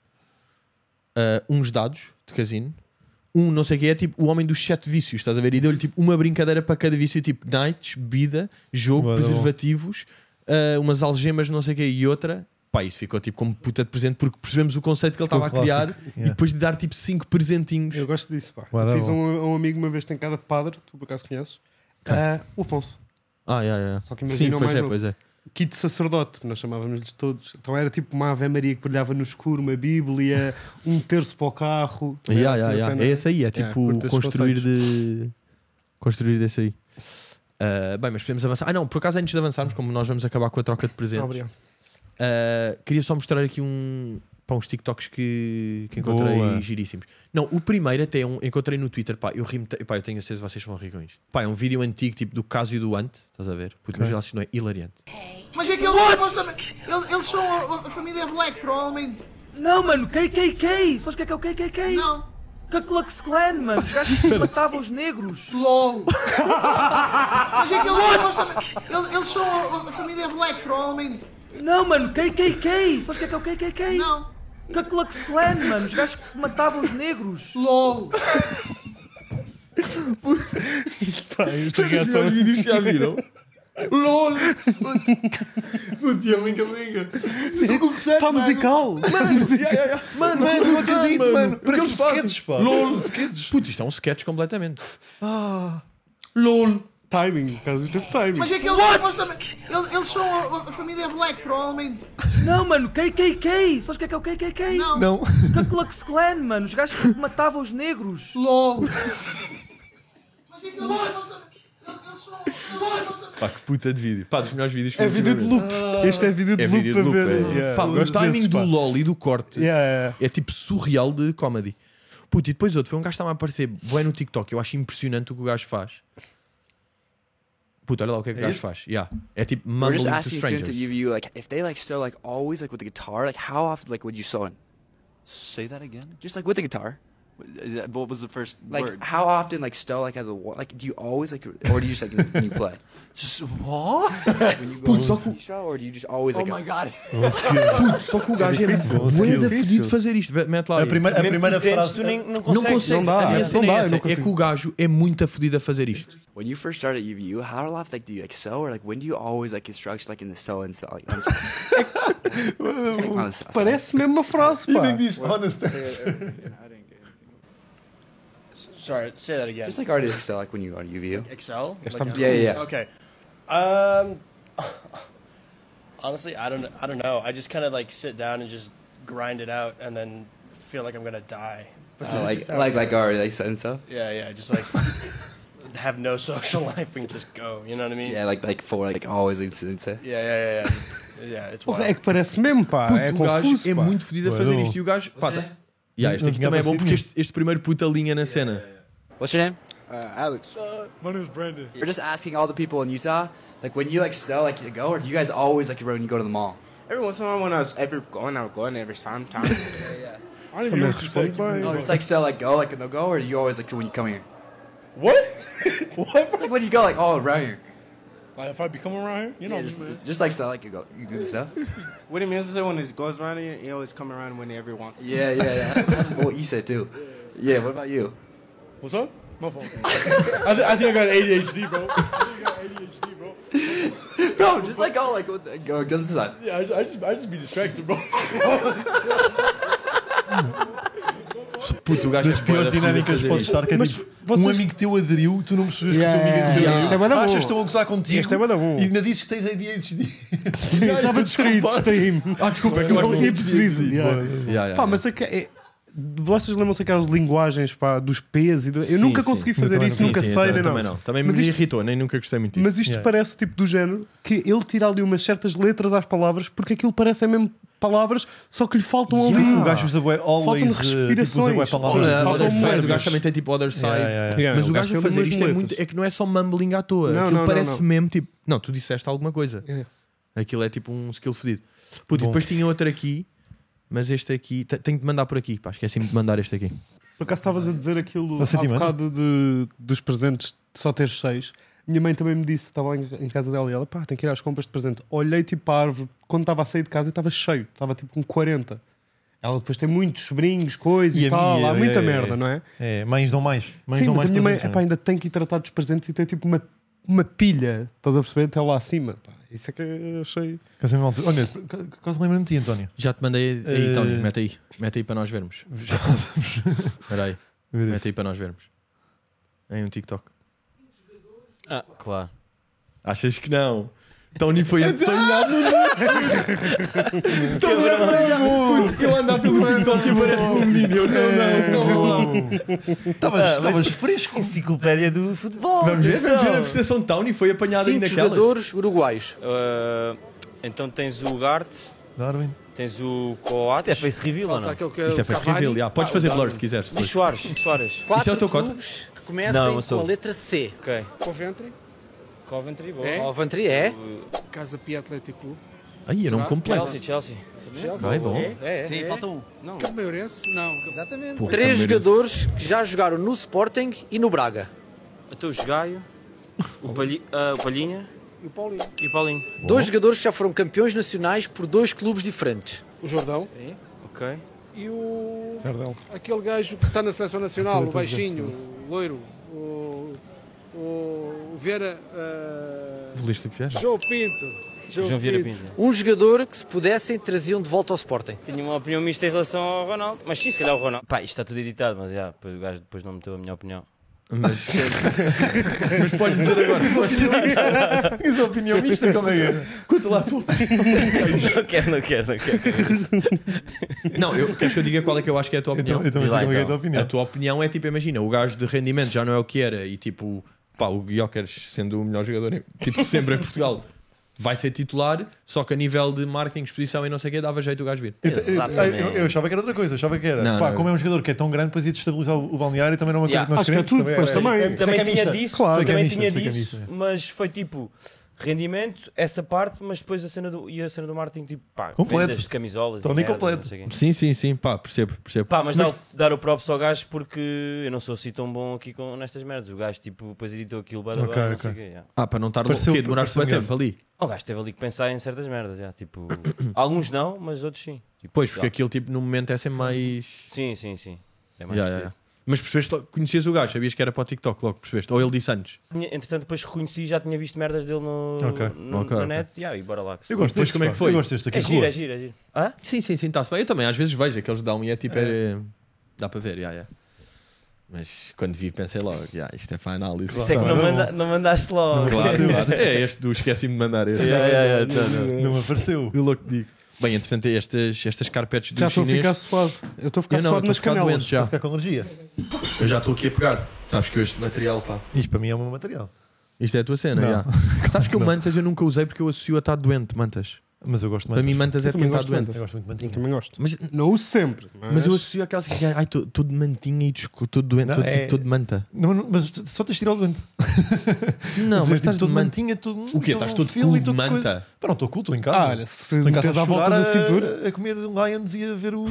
uns dados de casino, não sei o que é, tipo o homem dos 7 vícios, estás a ver? E deu-lhe tipo uma brincadeira para cada vício, tipo nights, bebida, jogo, preservativos, umas algemas, não sei o que, e outra. Pá, isso ficou tipo como puta de presente porque percebemos o conceito que ele estava a criar e depois de dar tipo 5 presentinhos. Eu gosto disso, pá. Fiz um amigo uma vez tem cara de padre, tu por acaso conheces? O Afonso. Só que imagina pois é. Kit de sacerdote, que nós chamávamos-lhes todos. Então era tipo uma Ave Maria que brilhava no escuro, uma Bíblia, um terço para o carro. É esse aí, é tipo construir desse aí. Bem, mas podemos avançar. Por acaso antes de avançarmos, como nós vamos acabar com a troca de presentes, queria só mostrar aqui uns TikToks que encontrei giríssimos. Não, o primeiro até encontrei no Twitter, eu tenho a certeza que vocês vão rir com isto. É um vídeo antigo tipo do Caso e do Ante, estás a ver? Puto, mas isto não é hilariante. Mas é que eles são a família Black, provavelmente. Não, mano, KKK! Sabes o que é o KKK? Não. Ku Klux Klan, mano, os gajos que matavam os negros. LOL. Mas é que eles são a família Black, provavelmente. Não, mano, KKK! Sabes o que é o KKK? Não. Ku Klux Klan, mano, os gajos que matavam os negros. LOL. Os vídeos já viram? LOL! Putz, liga. Está musical! Mano, não acredito, mano. Parece eles fazem sketches, pá. LOL, sketches. Puto, isto é um sketch completamente. LOL. Timing, o caso teve timing. Mas é que eles são a família Black, provavelmente. Não, mano, KKK! Sabes o que é o KKK? Não. Ku Klux Klan, mano, os gajos que matavam os negros. LOL. Mas é que eles são Pá, que puta de vídeo. Pá, dos melhores vídeos. É vídeo de loop. Este é vídeo de loop para ver. Pá, o timing do LOL e do corte é tipo surreal de comedy. Puto, e depois outro, foi um gajo que estava a aparecer bué no TikTok. Eu acho impressionante o que o gajo faz. Puto, olha lá o que é que o gajo faz. Yeah. É tipo We're mumbling just to asking students strangers. at UVU, like, if they like sew like always like with the guitar, like how often like would you sew in? Say that again. Just like with the guitar, What was the first like word? how often like sew like out of the wall? Like do you always like, or do you just like when you play? Just what? When you go Puto, to só the que- show, or do you just always Oh like? my god. Puto, só que o gajo é difícil, bué skill. da fedido de fazer isto. Mete lá. A aí. primeira Mesmo que tu tentes, frase. tu nem- não Não consegues. consegues. Não dá, a minha não cena dá, é eu essa. não É que consigo. o gajo é muito fedido a fazer isto. When you first started at UVU, how often like do you like sew, or like when do you always like instruct like in the sew and sew? Like, on the sew side? Parece mesmo uma frase, E pá. nem diz honest. Sorry, say that again. Just like already sew like when you go to UVU. Excel? Estamos Yeah, yeah. Okay. Honestly, I don't know. I just kind of like sit down and just grind it out, and then feel like I'm gonna die. But that's just how- Like already like sew and stuff. yeah, just like have no social life and just go. You know what I mean? Yeah, like for like always like stuff. Yeah. Yeah, it's Porra, wild. é que parece mesmo, pá. Puto, É o gajo confuso, é pá. muito fedido a fazer isto. E o gajo. Pá, tá... Yeah, este aqui Não também é bom tinha porque aparecido este primeiro puta linha na cena. What's your name? Alex. My name's Brandon. We're just asking all the people in Utah, like when you like sew, like you go, or do you guys always like when you go to the mall? Every once in a while when I was going every time. I didn't Também respeito bem. Oh, just like sew, like go, like no go, or do you always like when you come here? What? It's like when you go, like oh around here. Like if I be coming around here, you know Yeah, what I'm saying? just like sew, like you go, you do the stuff. What he means is that when he goes around here, he always come around when wants. Yeah. What you said too. Yeah. What about you? What's up? My fault. I think I got ADHD, bro. Bro, just like go, like go against the side. Yeah, I just be distracted, bro. Puto, o gajo Das piores dinâmicas que pode estar, que é Mas tipo, vocês- um amigo teu aderiu, tu não percebes que o Yeah, teu amigo aderiu. yeah. Isto é bué da bom. Achas que estão a gozar contigo Isto é bué da bom. e ainda dizes que tens ADHD. Sim, estava distraído, distraí-me. Desculpa, Não tinha percebido. Pá, mas é que vocês lembram-se aquelas linguagens, pá, dos P's e eu Sim, nunca sim. consegui Eu fazer também isso, não. nunca Sim, sei, nem também não. não. Também Mas me isto- irritou, nem nunca gostei muito disso. Mas isto Yeah. parece tipo do género que ele tira ali umas certas letras às palavras porque aquilo parece mesmo palavras, só que lhe faltam ali. O gajo usa bué, always, Faltam tipo, usa bué respirações. palavras. Sim, Olha, faltam other side, o moedas. gajo também tem tipo other side. Yeah. Mas o o gajo a tem fazer umas isto é letras. muito. É que não é só mumbling à toa. Não, Aquilo não, parece não. mesmo tipo. Não, tu disseste alguma coisa. Aquilo é tipo um skill fedido. Puto, e Bom. depois tinha outro aqui, mas este aqui. Tenho de mandar por aqui, pá. Esqueci-me de mandar este aqui. Por acaso estavas a dizer aquilo Você há te manda? bocado dos presentes de só ter 6. Minha mãe também me disse, estava lá em casa dela e ela, pá, tem que ir às compras de presente. Olhei tipo para a árvore, quando estava a sair de casa, estava cheio, estava tipo com 40. Ela depois tem muitos sobrinhos, coisas E e, a tal, minha- há muita é- merda, não é? É, mães dão mais. Mães Sim, dão mas mais a minha mãe presentes, epá, ainda tem que ir tratar dos presentes e tem tipo uma pilha, estás a perceber, até lá acima. Pá, isso é que eu achei. não é? Olha, quase lembro-me de ti, António. Já te mandei aí, Eh, Tony. Mete aí para nós vermos. Espera aí. Mete aí para nós vermos. Em um TikTok. Ah, claro. Achas que não? Tony foi apanhado no nosso. Tony é apanhado. Eu andava pelo TikTok e parece-me um menino. Eu não. Estavas fresco. Enciclopédia do futebol. Vamos ver a atenção. prestação de Tony. Foi apanhado aí 5 naquelas. jogadores uruguaios. Então tens o Gart, Darwin. tens o Coates. Isto é face reveal ou não? Aquele que Isto é face reveal. Já. Podes fazer blur se quiseres. E Soares. Isto é Quatro o teu cota? clubes que comecem Não, eu com sou. a letra C. Ok. Coventry, Coventry, boa. É? Coventry é. Casa Pia Atlético Clube. Aí, era um completo. Chelsea. Vai, bom. Sim, falta um. Não, Cameirense? Não. exatamente. Porra, 3 Cameirense. jogadores que já jogaram no Sporting e no Braga. Até o Gaio, o Palhinha E o Paulinho. e o Paulinho. 2 jogadores que já foram campeões nacionais por 2 clubes diferentes. O Jordão. Ok. E o... Jardel. Aquele gajo que está na Seleção Nacional, o baixinho, o loiro, o Vera... Evoluíste tipo já? João Pinto. João Vieira Pinto. Um jogador que, se pudessem, traziam de volta ao Sporting. Tinha uma opinião mista em relação ao Ronaldo. Mas sim, se calhar o Ronaldo. Pá, isto está tudo editado, mas já, o gajo depois não meteu a minha opinião. Mas podes dizer agora. Tens a opinião mista, como é que é? Conta lá a tua opinião. Não quero. Não, queres que eu diga qual é que eu acho que é a tua opinião? Eu também Diz lá, sei como é que é a tua então. A opinião. tua opinião é tipo, imagina, o gajo de rendimento já não é o que era e tipo, pá, o Gyökeres sendo o melhor jogador tipo, sempre em Portugal vai ser titular, só que a nível de marketing, exposição e não sei o que, dava jeito o gajo vir. Eu achava que era outra coisa, achava que era. Não, Pá, não. como é um jogador que é tão grande, depois ia destabilizar o balneário, também não é uma coisa que nós acho que é queremos. tudo, pois também. Também tinha camista. disso, Claro. também Foi tinha camista, disso, é. mas foi tipo rendimento, essa parte, mas depois a cena do marketing, tipo, pá, Completo. vendas de camisolas. Tony e merda, completo. não sei o quê. Sim, pá, percebo. Pá, mas dar o props ao gajo porque eu não sou assim tão bom aqui nestas merdas. O gajo, tipo, depois editou aquilo, não sei o quê. Para não estar Pareceu- louco, demoraste bem pareceu tempo ali. O gajo teve ali que pensar em certas merdas, tipo, alguns não, mas outros sim. Tipo, Pois, porque aquilo tipo no momento é sempre mais. Sim. É mais difícil. Mas percebeste, conhecias o gajo, sabias que era para o TikTok logo, percebeste? Ou ele disse antes? Entretanto, depois reconheci, já tinha visto merdas dele na net e bora lá. Eu gosto Depois deste, como é que foi? Eu gosto deste aqui. É giro. Hã? Sim, está-se bem. Eu também às vezes vejo aqueles dão e é tipo. Dá para ver, Mas quando vi pensei logo, isto é para análise. Isso é que não mandaste logo. Claro. É este do esqueci-me de mandar este. Não me apareceu. Eu louco digo. Bem, entretanto, estas carpetes do Já estou a chinês... ficar suado. Eu estou a ficar Eu não, suado estou a nas ficar canelas. doente já. Vai ficar com alergia. Eu já estou aqui a pegar. Sabes que este material, pá. Isto para mim é o meu material. Isto é a tua cena, Não. já. Sabes que o Não. mantas eu nunca usei porque eu associo a estar doente, mantas. Mas eu gosto de Para mim, mantas. mantas é Eu também tentar gosto de doente. Eu gosto muito de Eu mantinha. também gosto. Mas, Não uso sempre. mas eu associo aquelas que estou de mantinha e estou doente, Não, estou de manta. Não, mas só tens de tirar o doente. Não, mas estás de todo manta. mantinha, todo. O quê? Estás todo filo cool e de todo manta? coisa. Pá, não estou culto em casa. Ah, olha, se Estou em casa metes a à volta chorar da cintura. a comer Lions e a ver o.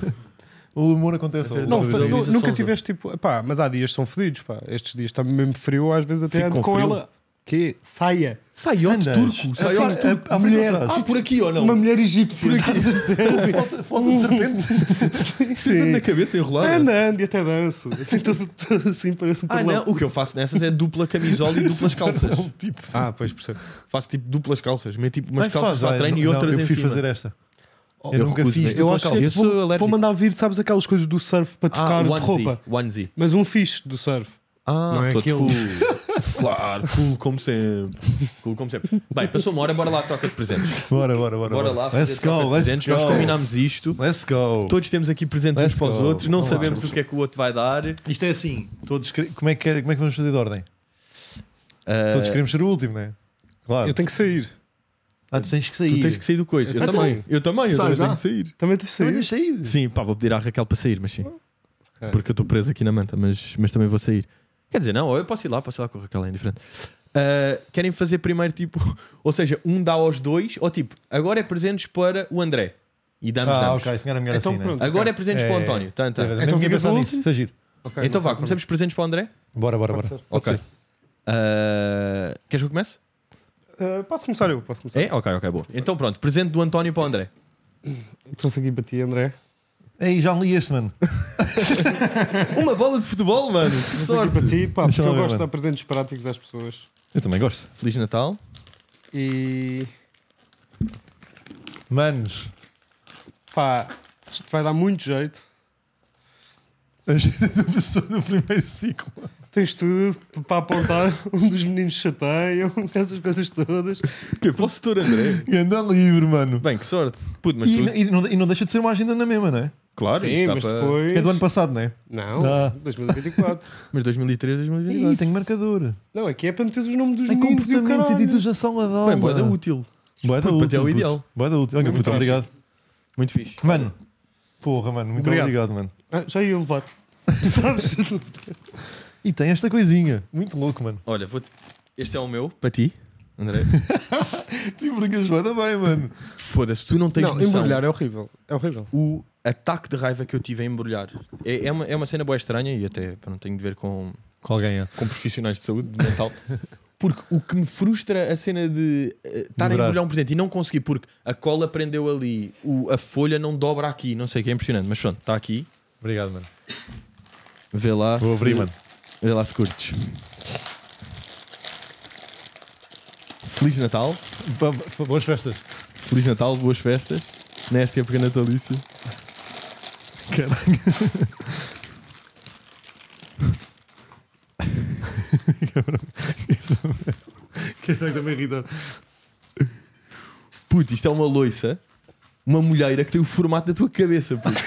O amor acontece. Não, Não, nunca Sousa. tiveste tipo. Pá, mas há dias que são fedidos, pá. Estes dias está mesmo frio, às vezes até Fico ando com com frio. ela. Que? Saia. Saiote Andas. turco. Assim, Saiote turco. a mulher. Por aqui ou não? Uma mulher egípcia. estás a dizer? Foto de serpente. Sim. Na cabeça enrolada. Ando e até danço. Assim, tudo assim, parece um Ah, não. O que eu faço nessas é dupla camisola e duplas calças. Ah, pois percebo. Faço tipo duplas calças. Meto tipo umas Vai, calças faz, para vai. treino e Não, outras eu em fui cima. fazer esta. Eu Eu nunca recuso-me. fiz Eu dupla acho calça. que Eu sou vou alérgico. mandar vir, sabes, aquelas coisas do surf para trocar de roupa. Onesie. Mas um fixe do surf. Não é todo aquele- cool. Claro, cool como sempre. Cool como sempre. Bem, passou uma hora, bora lá, troca de presentes. Bora Bora lá, Let's fazer troca go, de let's presentes. go. Nós combinámos isto. Let's go. Todos temos aqui presentes Let's uns para os go. outros. Não Vamos lá, sabemos o que é que o outro vai dar. Isto é assim. Como é que vamos fazer de ordem? Ah, Todos queremos ser o último, não é? Claro. Eu tenho que sair. Tu tens que sair. Tu tens que sair do coisa. Eu Eu também. Eu também Tá, já? tenho que sair. Também tens que Também sair. tens de sair. Sim, pá, vou pedir à Raquel para sair, mas sim. Ok. Porque eu estou preso aqui na manta, mas também vou sair. Quer dizer, não, eu posso ir lá com a Raquel, é indiferente. Querem fazer primeiro tipo, ou seja, um dá aos dois, ou tipo, agora é presentes para o André e damos. Ok, se calhar é melhor Então assim, pronto. né? Agora é presentes para o António. Tá. Então Então fica ficas pensar o nisso. último? Isso é giro. Ok, Então não vá, sei começamos presentes para o André? Bora. Ok. Queres que eu comece? Posso começar eu? Posso começar. É? Ok, boa. Então pronto, presente do António para o André. Trouxe aqui para ti, André. Ei, já li este, mano. Uma bola de futebol, mano. Que Trouxe aqui sorte. para ti, pá, porque Deixa lá eu ver, gosto de mano. dar presentes práticos às pessoas. Eu também gosto. Feliz Natal. E Manos. pá, isto vai dar muito jeito. A gente da pessoa do primeiro ciclo. Tens tudo para apontar. Um dos meninos chateiam, essas coisas todas. Que para o setor André. Anda livre, mano. Bem, que sorte. Puto, mas tu... E não deixa de ser uma agenda na mesma, não é? Claro, Sim, isto mas está para... depois. É do ano passado, não é? Não, Dá. 2024. Mas 2003, Ih, 2022. tenho marcador. Não, aqui é para meter os nomes dos Em meninos e o comportamentos e caralho. títulos de ação a dar. Bem, boa, útil. Boa da Puto, útil. até o puto. ideal. Boa da útil. Olha, Muito puto, fixe. obrigado. Muito fixe. Mano. Porra, mano. Muito Obrigado. obrigado, mano. Ah, já ia levar. Sabes? E tem esta coisinha. Muito louco, mano. Olha, este é o meu, para ti, André. Tu embrulhas bem, mano. Foda-se, tu não tens Não, noção. embrulhar é horrível. É horrível. O ataque de raiva que eu tive a embrulhar é uma cena boa estranha e até não tenho de ver com alguém é. com profissionais de saúde mental. Porque o que me frustra a cena de estar a Dobrar. embrulhar um presente e não conseguir, porque a cola prendeu ali, a folha não dobra aqui, não sei, que é impressionante, mas pronto, está aqui. Obrigado, mano. Vê lá. Vou abrir, mano. Vê lá se curtes. Feliz Natal. Boas festas. Feliz Natal, boas festas. Nesta época natalícia. Caralho. Caralho, também irritado. Puto, isto é uma loiça, uma molheira que tem o formato da tua cabeça, puto.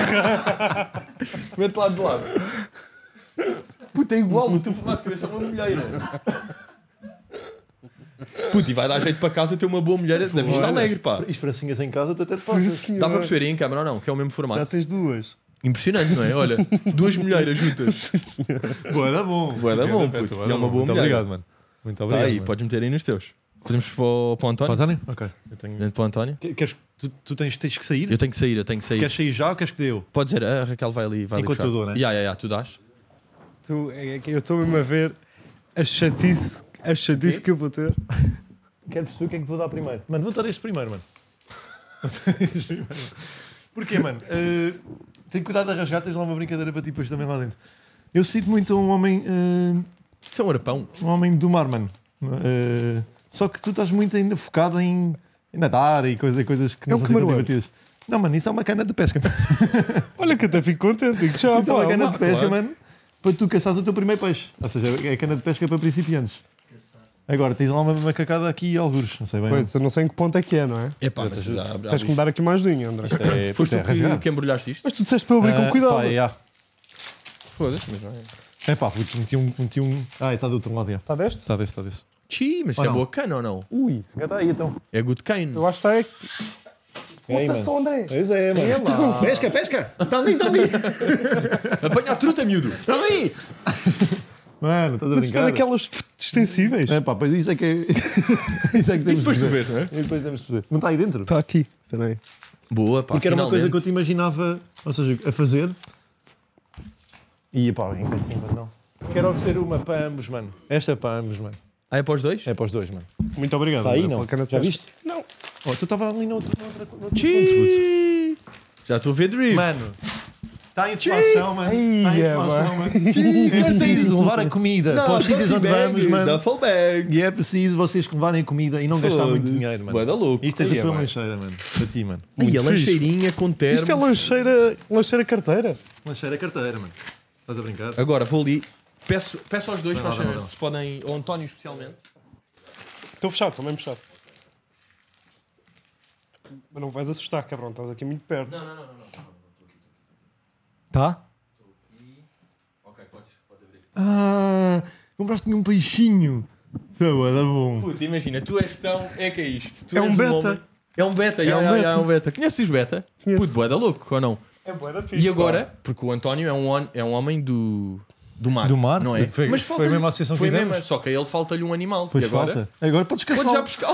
Mete lá de lado. Puto, é igual, o teu formato de cabeça é uma molheira. Puto, e vai dar jeito para casa ter uma boa mulher da Vista Alegre, pá. Isto francinhas em casa, tu até te Sim, passas. senhor. Dá para perceber aí em câmara ou não? Que é o mesmo Já formato. tens duas. Impressionante, não é? Olha, 2 mulheres juntas. Boa, dá bom. Bué da bom, puto. E é uma boa Muito mulher. obrigado, mano. Muito Tá obrigado. aí, mano. podes meter aí nos teus. Podemos para o António? António? Ok. Eu tenho... Dentro para o António? Queres, tu tens que sair? Eu tenho que sair. Queres sair já ou queres que dê eu? Pode dizer, a Raquel vai ali Enquanto buscar. eu dou, né? Tu dás? Eu estou mesmo a ver a chatice que eu vou ter. Quero perceber o que é que te vou dar primeiro. Mano, vou dar este primeiro, mano. Porquê, mano? Tenho cuidado de rasgar, tens lá uma brincadeira para ti depois também lá dentro. Eu sinto muito um homem... Isso é um arpão. um homem do mar, mano. Só que tu estás muito ainda focado em nadar e coisas que não É o são assim tão camarão. divertidas. Não, mano, isso é uma cana de pesca. Olha que até fico contente. Digo já, Isso é uma pá, cana de pesca, claro. mano, para tu caçares o teu primeiro peixe. Ou seja, é cana de pesca para principiantes. Agora, tens lá uma macacada aqui e algures. Não sei bem. Pois, eu não sei em que ponto é que é, não é? Epá, mas já Tens que me dar aqui uma ajudinha, André. Foste tu rasgar. que embrulhaste isto? Mas tu disseste para eu abrir com cuidado. Pá, yeah. Foda-se, mas não é. É pá, puto, meti um... Ah, está do outro lado, já. Está deste? Está desse. Chi, mas isso Ou é não? boa cana ou não? Ui, se está aí então. É good cane. Eu acho que está É aí, Puta mano. só, André. Pois é, mano. Pesca! Está ali! Apanha a truta, miúdo! Está ali! Mano, estás a Mas isto é brincar? daquelas extensíveis. É pá, pois isso é que é... isso é que E temos depois de tu ver. vês, não é? E depois temos de ver. Não está aí dentro? Está aqui. Espera aí. Boa, pá, Porque era uma coisa finalmente. que eu te imaginava, ou seja, a fazer. E pá, enquanto sim, enquanto não. Quero oferecer uma para ambos, mano. Esta é para ambos, mano. Ah, é para os dois? É para os dois, mano. Muito obrigado. Está aí, André, não? pela cana de Já pesca. viste? Não. Oh, tu estava ali no outro ponto, Chi! Já estou a ver drift. mano. Está a informação, mano. Está a Ai, informação, mano. Chi, É preciso levar a comida para os sítios onde vamos, mano. Duffel bag. E é preciso vocês que levarem a comida e não gastar muito Foda-se. dinheiro, mano. Bué da louco. Isto é a Ai, tua é, lancheira, mano. Para ti, mano. E a Muito lancheirinha com termos. Isto é lancheira carteira. Lancheira carteira, mano. Estás a brincar? Agora vou ali. Peço aos dois, Não, faz não, favor, não. se podem, ao António especialmente. Estou fechado, estou mesmo fechado. Mas não vais assustar, cabrão. Estás aqui muito perto. Não. Tá? Ok, podes abrir. Ah, compraste-me um peixinho. Tá bom. Puta, imagina, tu és tão. É que é isto. Tu É um és beta. homem- É um beta, É um beta. é um beta. Conheces os beta? Conheço. Puto, bué da louco, ou não? É boa, era fixe. E agora, porque o António é um homem do mar. Do mar? Não é? Foi- Mas foi falta-lhe- a mesma associação que foi fizemos. mesmo, só que a ele falta-lhe um animal. Pois e agora? falta. Agora podes Podes caçar. já pescar.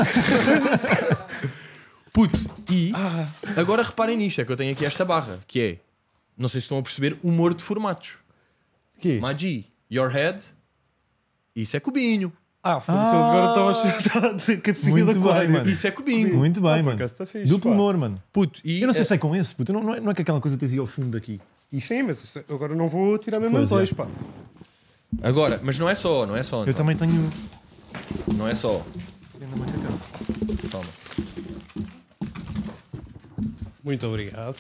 Puto, e agora reparem nisto, é que eu tenho aqui esta barra, que é, não sei se estão a perceber, humor de formatos. Quê? Magi, your head, isso é cubinho. Foda-se, agora estava a dizer que é possível Muito da bem, aquário. mano. Isso é cubinho. Muito bem, por mano. acaso está fixe, Duplo pá. humor, mano. Puto, e Eu não sei se é com esse, puto. Não é que aquela coisa tens aí ao fundo daqui. Sim, mas isso- agora não vou tirar mesmo Pois os é. dois, pá. agora, mas não é só, Eu António. também tenho. Não é só. Toma. Muito obrigado.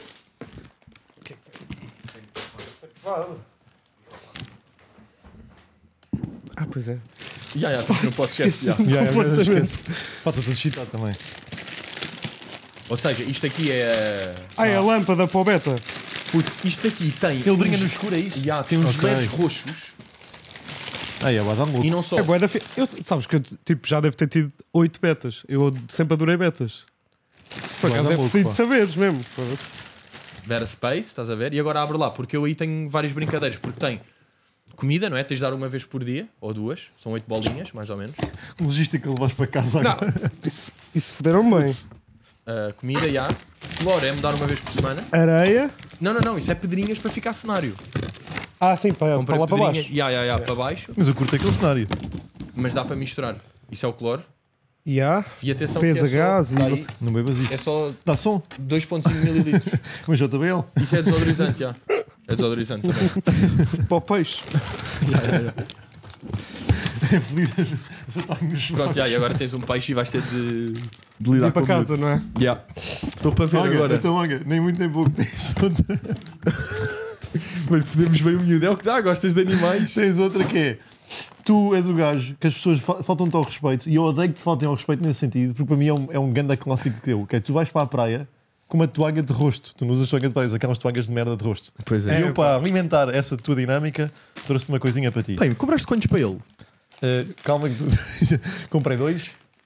Pois é. Já, estás no podcast. já. Completamente. Pá, estou todo excitado também. Ou seja, isto aqui é. É a lâmpada para o beta. Puto, isto aqui tem. Ele brinca no escuro, é isso? Já, tem uns Ok. LEDs roxos Aí, é badão louco. e não só. É boa da sabes que eu tipo, já devo ter tido 8 betas. Eu sempre adorei betas. Por Bué acaso da é louco, fodido pá. de saberes mesmo. Foda-se. Vera Space, estás a ver? E agora abre lá, porque eu aí tenho várias brincadeiras, porque tem comida, não é? Tens de dar uma vez por dia, ou duas, são 8 bolinhas, mais ou menos. Logística que levas para casa Não, agora. isso foderam bem. Comida, já. Flor é mudar uma vez por semana. Areia. Não, isso é pedrinhas para ficar cenário. Sim, para Comprei lá para pedrinhas, baixo. para baixo, Mas eu curto aquele cenário. mas dá para misturar. Isso é o cloro. E atenção Pesa que é só, gás e- tá aí, Não bebas isso. é só Dá som. 2.5 mililitros. Mas JBL. Isso é desodorizante, já. É desodorizante também. para o peixe. É feliz. Você está nos Pronto, já, e agora tens um peixe e vais ter de lidar Ir para com casa, não é? Já. Estou para ver agora. Então, olha, nem muito nem pouco. Tens outra, Mas podemos ver o miúdo. É o que dá, gostas de animais. tens outra que é. Tu és o gajo que as pessoas faltam-te ao respeito e eu odeio que te faltem ao respeito nesse sentido, porque para mim é um ganda clássico teu, que é tu vais para a praia com uma toalha de rosto. Tu não usas toalha de praia, usas aquelas toalhas de merda de rosto. Pois E eu, para alimentar essa tua dinâmica, trouxe-te uma coisinha para ti. Bem, compraste quantos para ele? Calma que tu... Comprei 2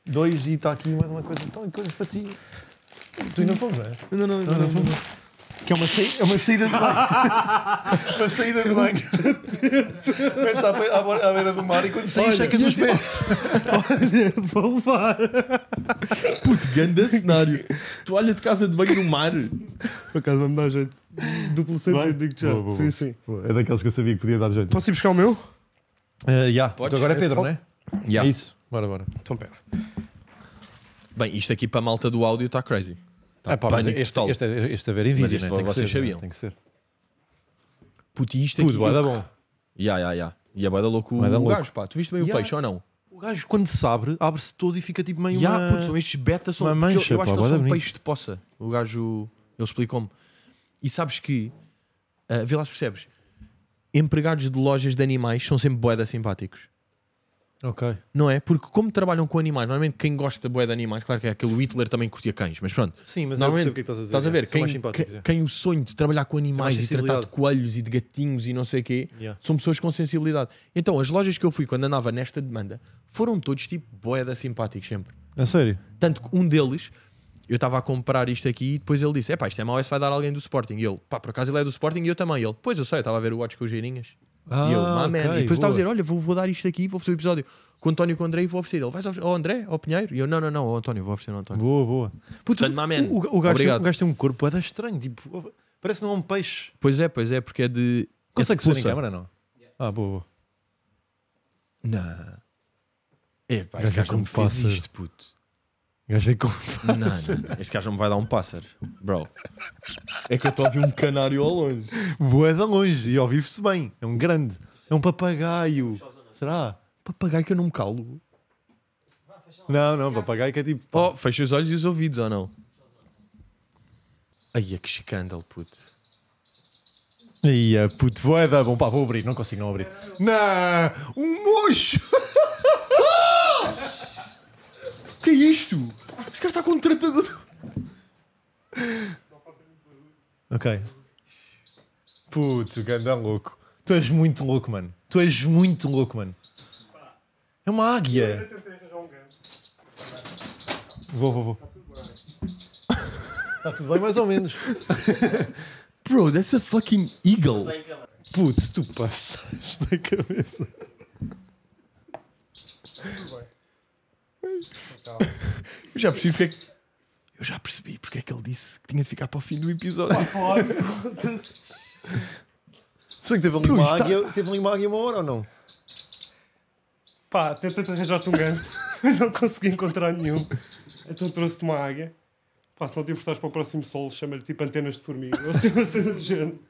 2 e está aqui mais uma coisa. Então, coisas para ti. Tu ainda fomos, não é? Não. Que é uma saída de banho. Uma saída de banho. Metes à beira do mar e quando saís checas os pés. Olha, vou levar. Puto, ganda cenário. Toalha de casa de banho no mar. Por acaso vai-me dar jeito. Duplo Vai? sentido, digo já. Boa. Sim. É daqueles que eu sabia que podia dar jeito. Posso ir buscar o meu? Então agora é Pedro, não é? Yeah. É isso. Bora. Então pera. Bem, isto aqui para a malta do áudio está crazy. Tá Mas pânico total. este é ver em vídeo, Mas este né? Tem que vocês ser, sabiam. né? Tem que ser. Puto, e isto Tudo, aqui... vai dar bom. Ya. E é bué da louco Vai dar o louco. gajo, pá. Tu viste bem o Ya. peixe ou não? O gajo, quando se abre-se todo e fica tipo meio Puto, são estes betas, são... uma porque mancha, eu acho pá, que eles bué da são bonito. peixes de poça. O gajo, ele explicou-me. E sabes que, vê lá se percebes, empregados de lojas de animais são sempre bué da simpáticos. Ok. Não é? Porque como trabalham com animais, normalmente quem gosta bué de animais, claro que é aquele Hitler também curtia cães, mas pronto. Sim, mas eu Normalmente, percebo o que estás a dizer. Estás a ver? São mais simpáticos, é. Quem o sonho de trabalhar com animais Mais e tratar de sensibilidade. coelhos e de gatinhos e não sei o quê, Yeah. são pessoas com sensibilidade. Então, as lojas que eu fui quando andava nesta demanda foram todos tipo boeda simpáticos sempre. A sério? Tanto que um deles, eu estava a comprar isto aqui e depois ele disse: epá, isto é mau, esse vai dar alguém do Sporting. E ele, pá, por acaso ele é do Sporting e eu também. E ele, pois eu sei, eu estava a ver o Watch com os girinhas. E eu, man. ok, E depois estava a boa. dizer: olha, vou dar isto aqui, vou oferecer o episódio com o António e com o André e vou oferecer. Ele, vais oferecer ao André, ao Pinheiro? E eu, não, ao António, vou oferecer ao António. Boa. Puto, Portanto, my man, o gajo obrigado. tem um corpo é estranho. Tipo, parece que não é um peixe. Pois é, porque é de. Consegue é ser de em poça. câmara, não? Ah, boa. Não. Epá, Gajo este gajo com não me fez pássaro. isto, puto. O gajo veio com... Não. Este gajo não me vai dar um pássaro, bro. É que eu estou a ouvir um canário ao longe. Boa de longe e ouve-se bem. É um grande. É um papagaio. Será? Papagaio que eu não me calo. Não, papagaio que é tipo... Oh, fecha os olhos e os ouvidos, ou não? Ai, que escândalo, puto. Ia, puto, boa da bom. Pá, vou abrir. Não consigo não abrir. Não! Um mocho! Que é isto? Este cara está com um tratador. Ok. Puto, ganda louco. Tu és muito louco, mano. É uma águia. Vou. Está tudo bem, mais ou menos. Bro, that's a fucking eagle. Putz, tu passaste da cabeça. Eu já percebi porque é que ele disse que tinha de ficar para o fim do episódio. Se bem que teve ali uma águia uma hora ou não? Pá, tentei arranjar-te um ganso, mas não consegui encontrar nenhum. Então trouxe-te uma águia. Pá, se não te importares para o próximo solo, chama-lhe tipo antenas de formiga. Ou seja, uma cena do género.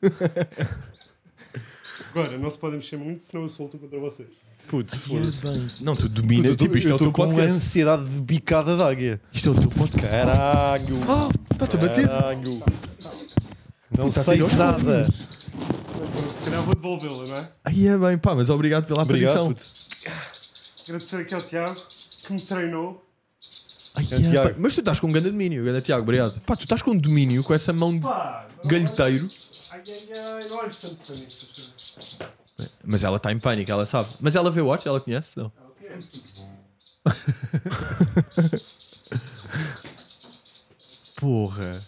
Agora, não se podem mexer muito, senão eu solto contra vocês. Putz, foda-se. Não, tu domina. Tipo, isto é eu o teu estou com uma podcast. ansiedade de bicada de águia. Isto é o teu podcast. Caralho. Está-te a bater. Caralho. Não Puta, sei atirou-te. nada. Se calhar vou devolvê-la, não é? Aí é bem, pá, mas obrigado pela Obrigado, aparição. puto. Agradecer aqui ao Tiago, que me treinou. Ai, Tiago. pá, mas tu estás com um grande domínio, grande Tiago, obrigado. Pá, tu estás com um domínio com essa mão de Pá, galheteiro. Ai, não olhes tanto para nisto. Mas ela está em pânico, ela sabe. Mas ela vê o Watch, ela conhece? Não. Porra.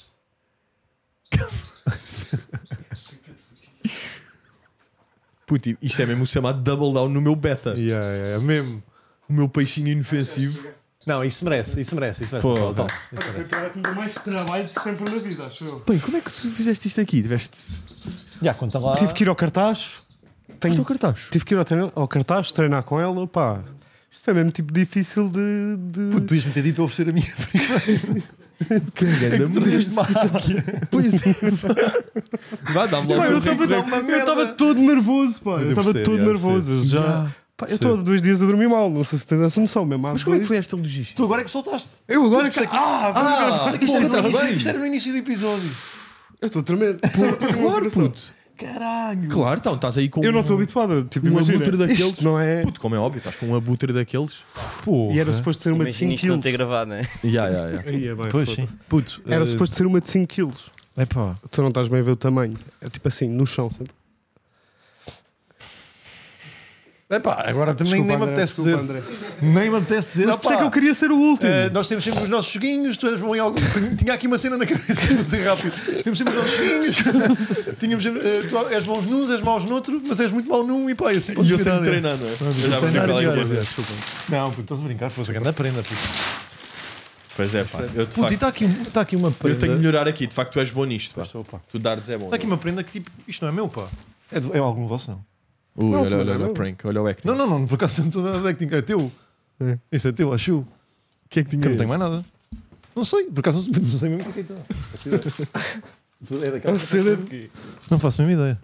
Puto, isto é mesmo o chamado double down no meu beta. É mesmo. O meu peixinho inofensivo. Não, isso merece. Pô, pessoal. pá. Foi a piada que me deu mais trabalho de sempre na vida, acho eu. Bem, como é que tu fizeste isto aqui? Tiveste. Já, conta lá. Tive que ir ao cartaz. Tenho o cartaz. Tive que ir ao cartaz, treinar com ela, pá. Isto foi mesmo tipo difícil de... Puto, podias-me ter dito para oferecer a minha primeira. É que trouxeste uma águia. Pois é. Vá, dá-me lá Pá, o eu teu estava todo nervoso, pá. Mas Eu eu estava percebo, todo já nervoso. Eu já... Pá, eu estou há 2 dias a dormir mal, não sei se tens essa noção mesmo. Mas como é que foi esta logística? Tu agora é que soltaste. Eu agora que... Isto era no início do episódio. Eu estou tremendo. Claro, puto. Caralho. Claro, então estás aí com Eu não estou habituado. Tipo, um imagina, abutre daqueles. isto não é... Puto, como é óbvio, estás com um abutre daqueles. Porra. E era suposto ser uma de 5 Imagina isto não kg. ter gravado, né? Aí é bem, Pois sim. foda-se. Puto. Era suposto ser uma de 5 kg. É pá. Tu não estás bem a ver o tamanho. É tipo assim, no chão. Sempre. Epá, agora também Desculpa, nem me André, apetece desculpa, dizer. André. Nem me apetece dizer. Mas por isso é que eu queria ser o último. Nós temos sempre os nossos joguinhos, tu és bom em algo. Tinha aqui uma cena na cabeça, vou dizer rápido. Temos sempre os nossos joguinhos. Tínhamos sempre, tu és bons num, és maus noutro, mas és muito mau num e pá, assim. E eu tenho que treinar, não é? Eu já vou ver qual é que é. Desculpa. Não, puto, estás a brincar, fosse a grande prenda. Pois é, pá. Eu, de Puto, e facto, está aqui uma prenda. eu tenho que melhorar aqui. De facto, tu és bom nisto, pá. Sou, pá. Tu dardes é bom. Está aqui uma prenda que tipo, isto não é meu, pá. É algum vosso, não? Ui, Não, olha, também olha, olha, não. prank. Olha o acting. Não, por acaso não estou nada de acting. É teu. Isso é teu, acho. O que é que tinha? Que eu não tenho mais nada. Não sei, por acaso não sei mesmo o que é que está. É daquela cena de quê? Não faço a mesma ideia.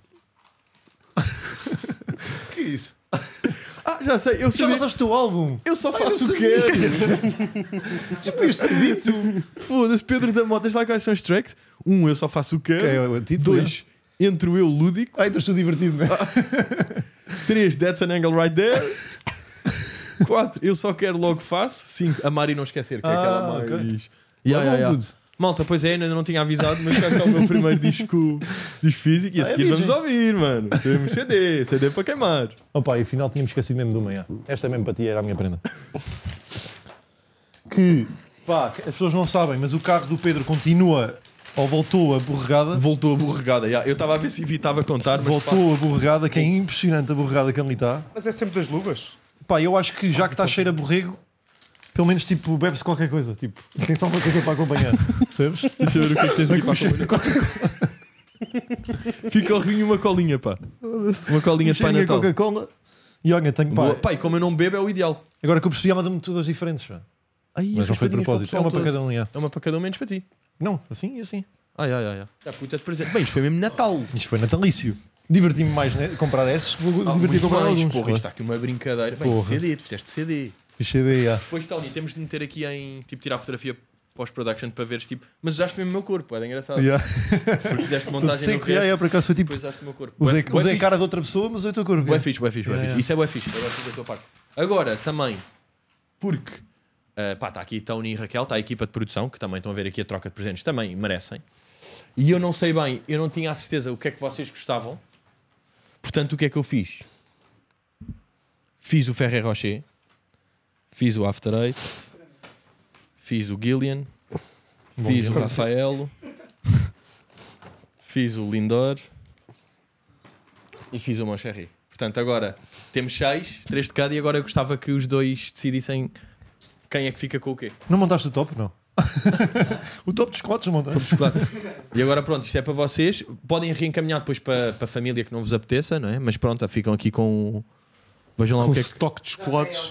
Que é isso? Ah, já sei. Eu, Já sabia... lançaste o teu álbum? eu só Ai, faço não o que sabia. quero. Já podias ter dito. Foda-se, Pedro da Mota. Lá quais são os tracks? Um, eu só faço o que Que quero. é o título. Dois, entre o eu lúdico. Ai, estou divertido, não é? 3, that's an angle right there. 4, eu só quero logo faço. 5, amar e não esquecer, que é aquela mais. ok. Yeah. Malta, pois é, ainda não tinha avisado, mas já que é o meu primeiro disco físico e a seguir vamos ouvir, mano. Temos CD para queimar. Opa, e afinal tínhamos esquecido mesmo de uma. Esta mesmo para ti era a minha prenda. Que, pá, as pessoas não sabem, mas o carro do Pedro continua, ou voltou a borregada. Voltou a borregada. Eu estava a ver se evitava contar, mas Voltou a borregada, que é impressionante a borregada que ali está. Mas é sempre das luvas. Pá, eu acho que já que está cheio a borrego, pelo menos tipo, bebe-se qualquer coisa. Tipo, tem só uma coisa para acompanhar. Percebes? deixa eu ver o que é que tens aqui para acompanhar. Fica ao rinho uma colinha, pá. Uma colinha de Pai Cheirinha Natal. Coca-Cola. E olha, tenho pá. Boa. Pá, e como eu não bebo é o ideal. Agora que eu percebi, ela dá-me todas diferentes. Pá. Ai, Mas não foi de propósito. É uma para cada um. É uma para cada um menos para ti. Não, assim e assim. Ai. A puta de presente. Bem, isto foi mesmo Natal. Isto foi natalício. Diverti-me mais né? comprar esses, vou divertir Muito comprar mais, alguns. porra, isto está aqui uma brincadeira. Bem, Porra. CD, tu fizeste CD. Fiz CD, já. Depois, Tony, temos de meter aqui em tipo tirar fotografia pós-production para veres tipo, mas usaste mesmo o meu corpo, é engraçado. Yeah. Porque fizeste Tudo montagem no seco, resto, por acaso foi tipo. depois usaste o meu corpo. Usei Bué a fixe. cara de outra pessoa, mas usei o teu corpo. Bué fixe, bué fixe. Yeah. Isso é bué fixe da tua parte. Agora, também, porque pá, está aqui Tony e Raquel, está a equipa de produção, que também estão a ver aqui a troca de presentes, também merecem. E eu não sei bem, eu não tinha a certeza o que é que vocês gostavam. Portanto, o que é que eu fiz? Fiz o Ferrero Rocher, fiz o After Eight, fiz o Gillian, fiz o Rafaelo, fiz o Lindor e fiz o Moncherry. Portanto, agora temos 6, 3 de cada, e agora eu gostava que os dois decidissem quem é que fica com o quê. Não montaste o top? Não. O top dos chocolates não montaste. Chocolate. E agora pronto, isto é para vocês. Podem reencaminhar depois para a família que não vos apeteça, não é? Mas pronto, ficam aqui com. Vejam lá Com o que é que. estoque de chocolates.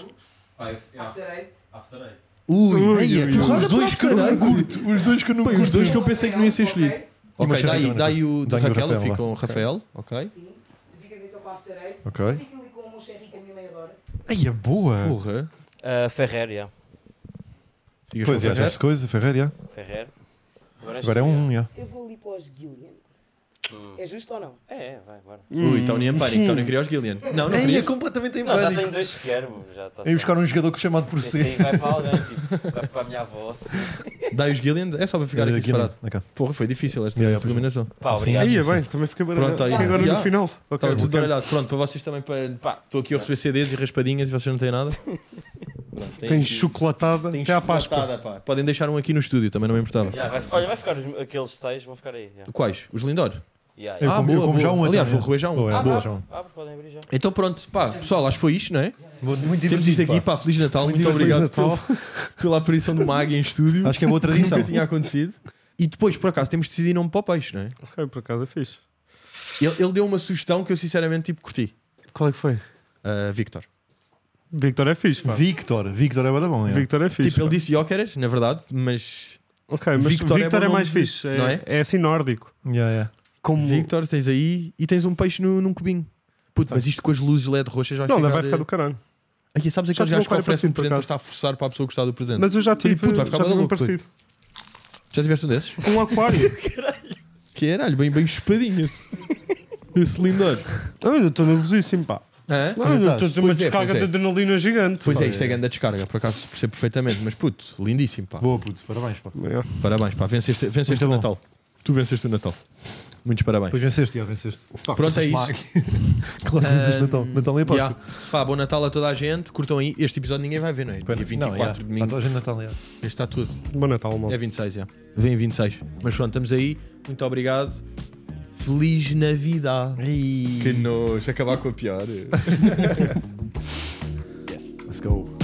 Ui, Os dois que eu não curto. Os dois que eu não curto. Os dois que eu pensei que não ia ser escolhido. Ok, Moncherry também dá aí o do Dá-lhe o Raquel, Rafael, fica lá. com o Rafael. Ok. Sim, tu ficas então com a After Eight. Ok. Fica ali com o Moncherry que a minha mãe adora. Ai, é boa. Porra. Ferrer, já. Ficas Pois com o é, já Ferrer? se coisa, Ferreira, já. Ferrer. Agora é um, já. Eu vou ali para os Gillian. É justo ou não? É, vai, bora. Ui, Tony em pânico. Tony queria os Gillian. Não Ai, é querias. completamente em Não, já pânico. tenho 2 que quero, já está. Aí buscar um jogador chamado por Esse C. aí vai para alguém, tipo, vai para a minha avó. Assim. Dá os Gillian. É só para ficar aqui separado. Porra, foi difícil esta iluminação. Pá, obrigado. Aí é bem, também fiquei Pronto, aí. agora Já. no final. Ok, Estava tudo ok. baralhado. Pronto, para vocês também. Pá, estou aqui a receber CDs e raspadinhas e vocês não têm nada. Pronto, Tem aqui- chocolatada tem até à Páscoa. chocolatada, pá. Podem deixar um aqui no estúdio, também não me importava. Olha, vai ficar aqueles tais, vão ficar aí. Quais? Os Lindor? Eu como já um. Aliás, então, vou roer já um. Boa, Boa. já um. Podem abrir já. Então pronto, pá, pessoal, acho que foi isto, não é? Muito Temos divertido, isto aqui, pá. pá, Feliz Natal, muito Feliz obrigado Natal. pela aparição de uma águia em estúdio. Acho que é boa tradição. Nunca tinha acontecido. E depois, por acaso, temos de decidir nome para o peixe, não é? Ok, por acaso é fixe. Ele deu uma sugestão que eu sinceramente tipo curti. Qual é que foi? Victor. Victor é fixe, pá. Victor é bada bom, já. Victor é fixe. Tipo, ele pá. disse Jóqueres, na verdade, mas Ok, mas Victor Victor, é é bom mais nome de- fixe. não é? É assim nórdico. Yeah. Como... Victor tens aí e tens um peixe num cubinho. Puto, mas isto com as luzes LED roxas vai Não, ficar... vai ficar do caralho. Aqui, sabes Já aqueles tive um gajos que cara oferecem um parecido, por presente acaso. está a forçar para a pessoa gostar do presente? Mas eu já tive, puto, vai ficar já tive um maluco, parecido. Já tiveste um desses? Um aquário. Caralho, bem espadinho esse Lindor. Eu estou nervosíssimo, pá. Hã? Não, eu estou uma Pois é, descarga pois é. de adrenalina gigante. Pois pá. é, isto é grande a descarga, por acaso percebo perfeitamente, mas puto, lindíssimo, pá. Boa, puto, parabéns, pá. É. Parabéns, pá, venceste Muito o bom. Natal. Tu venceste o Natal. Muitos parabéns. Depois venceste, venceste. Pronto, é isso. Claro que venceste Natal. Natal é pá. Yeah. Pá, bom Natal a toda a gente. Curtam aí. Este episódio ninguém vai ver, não é? Dia 24 de domingo. Está toda a gente Natal, Este está tudo. Bom Natal, mal. É 26, já. Vem 26. Mas pronto, estamos aí. Muito obrigado. Feliz Navidade. Que nojo. Acabar com a pior. Let's go.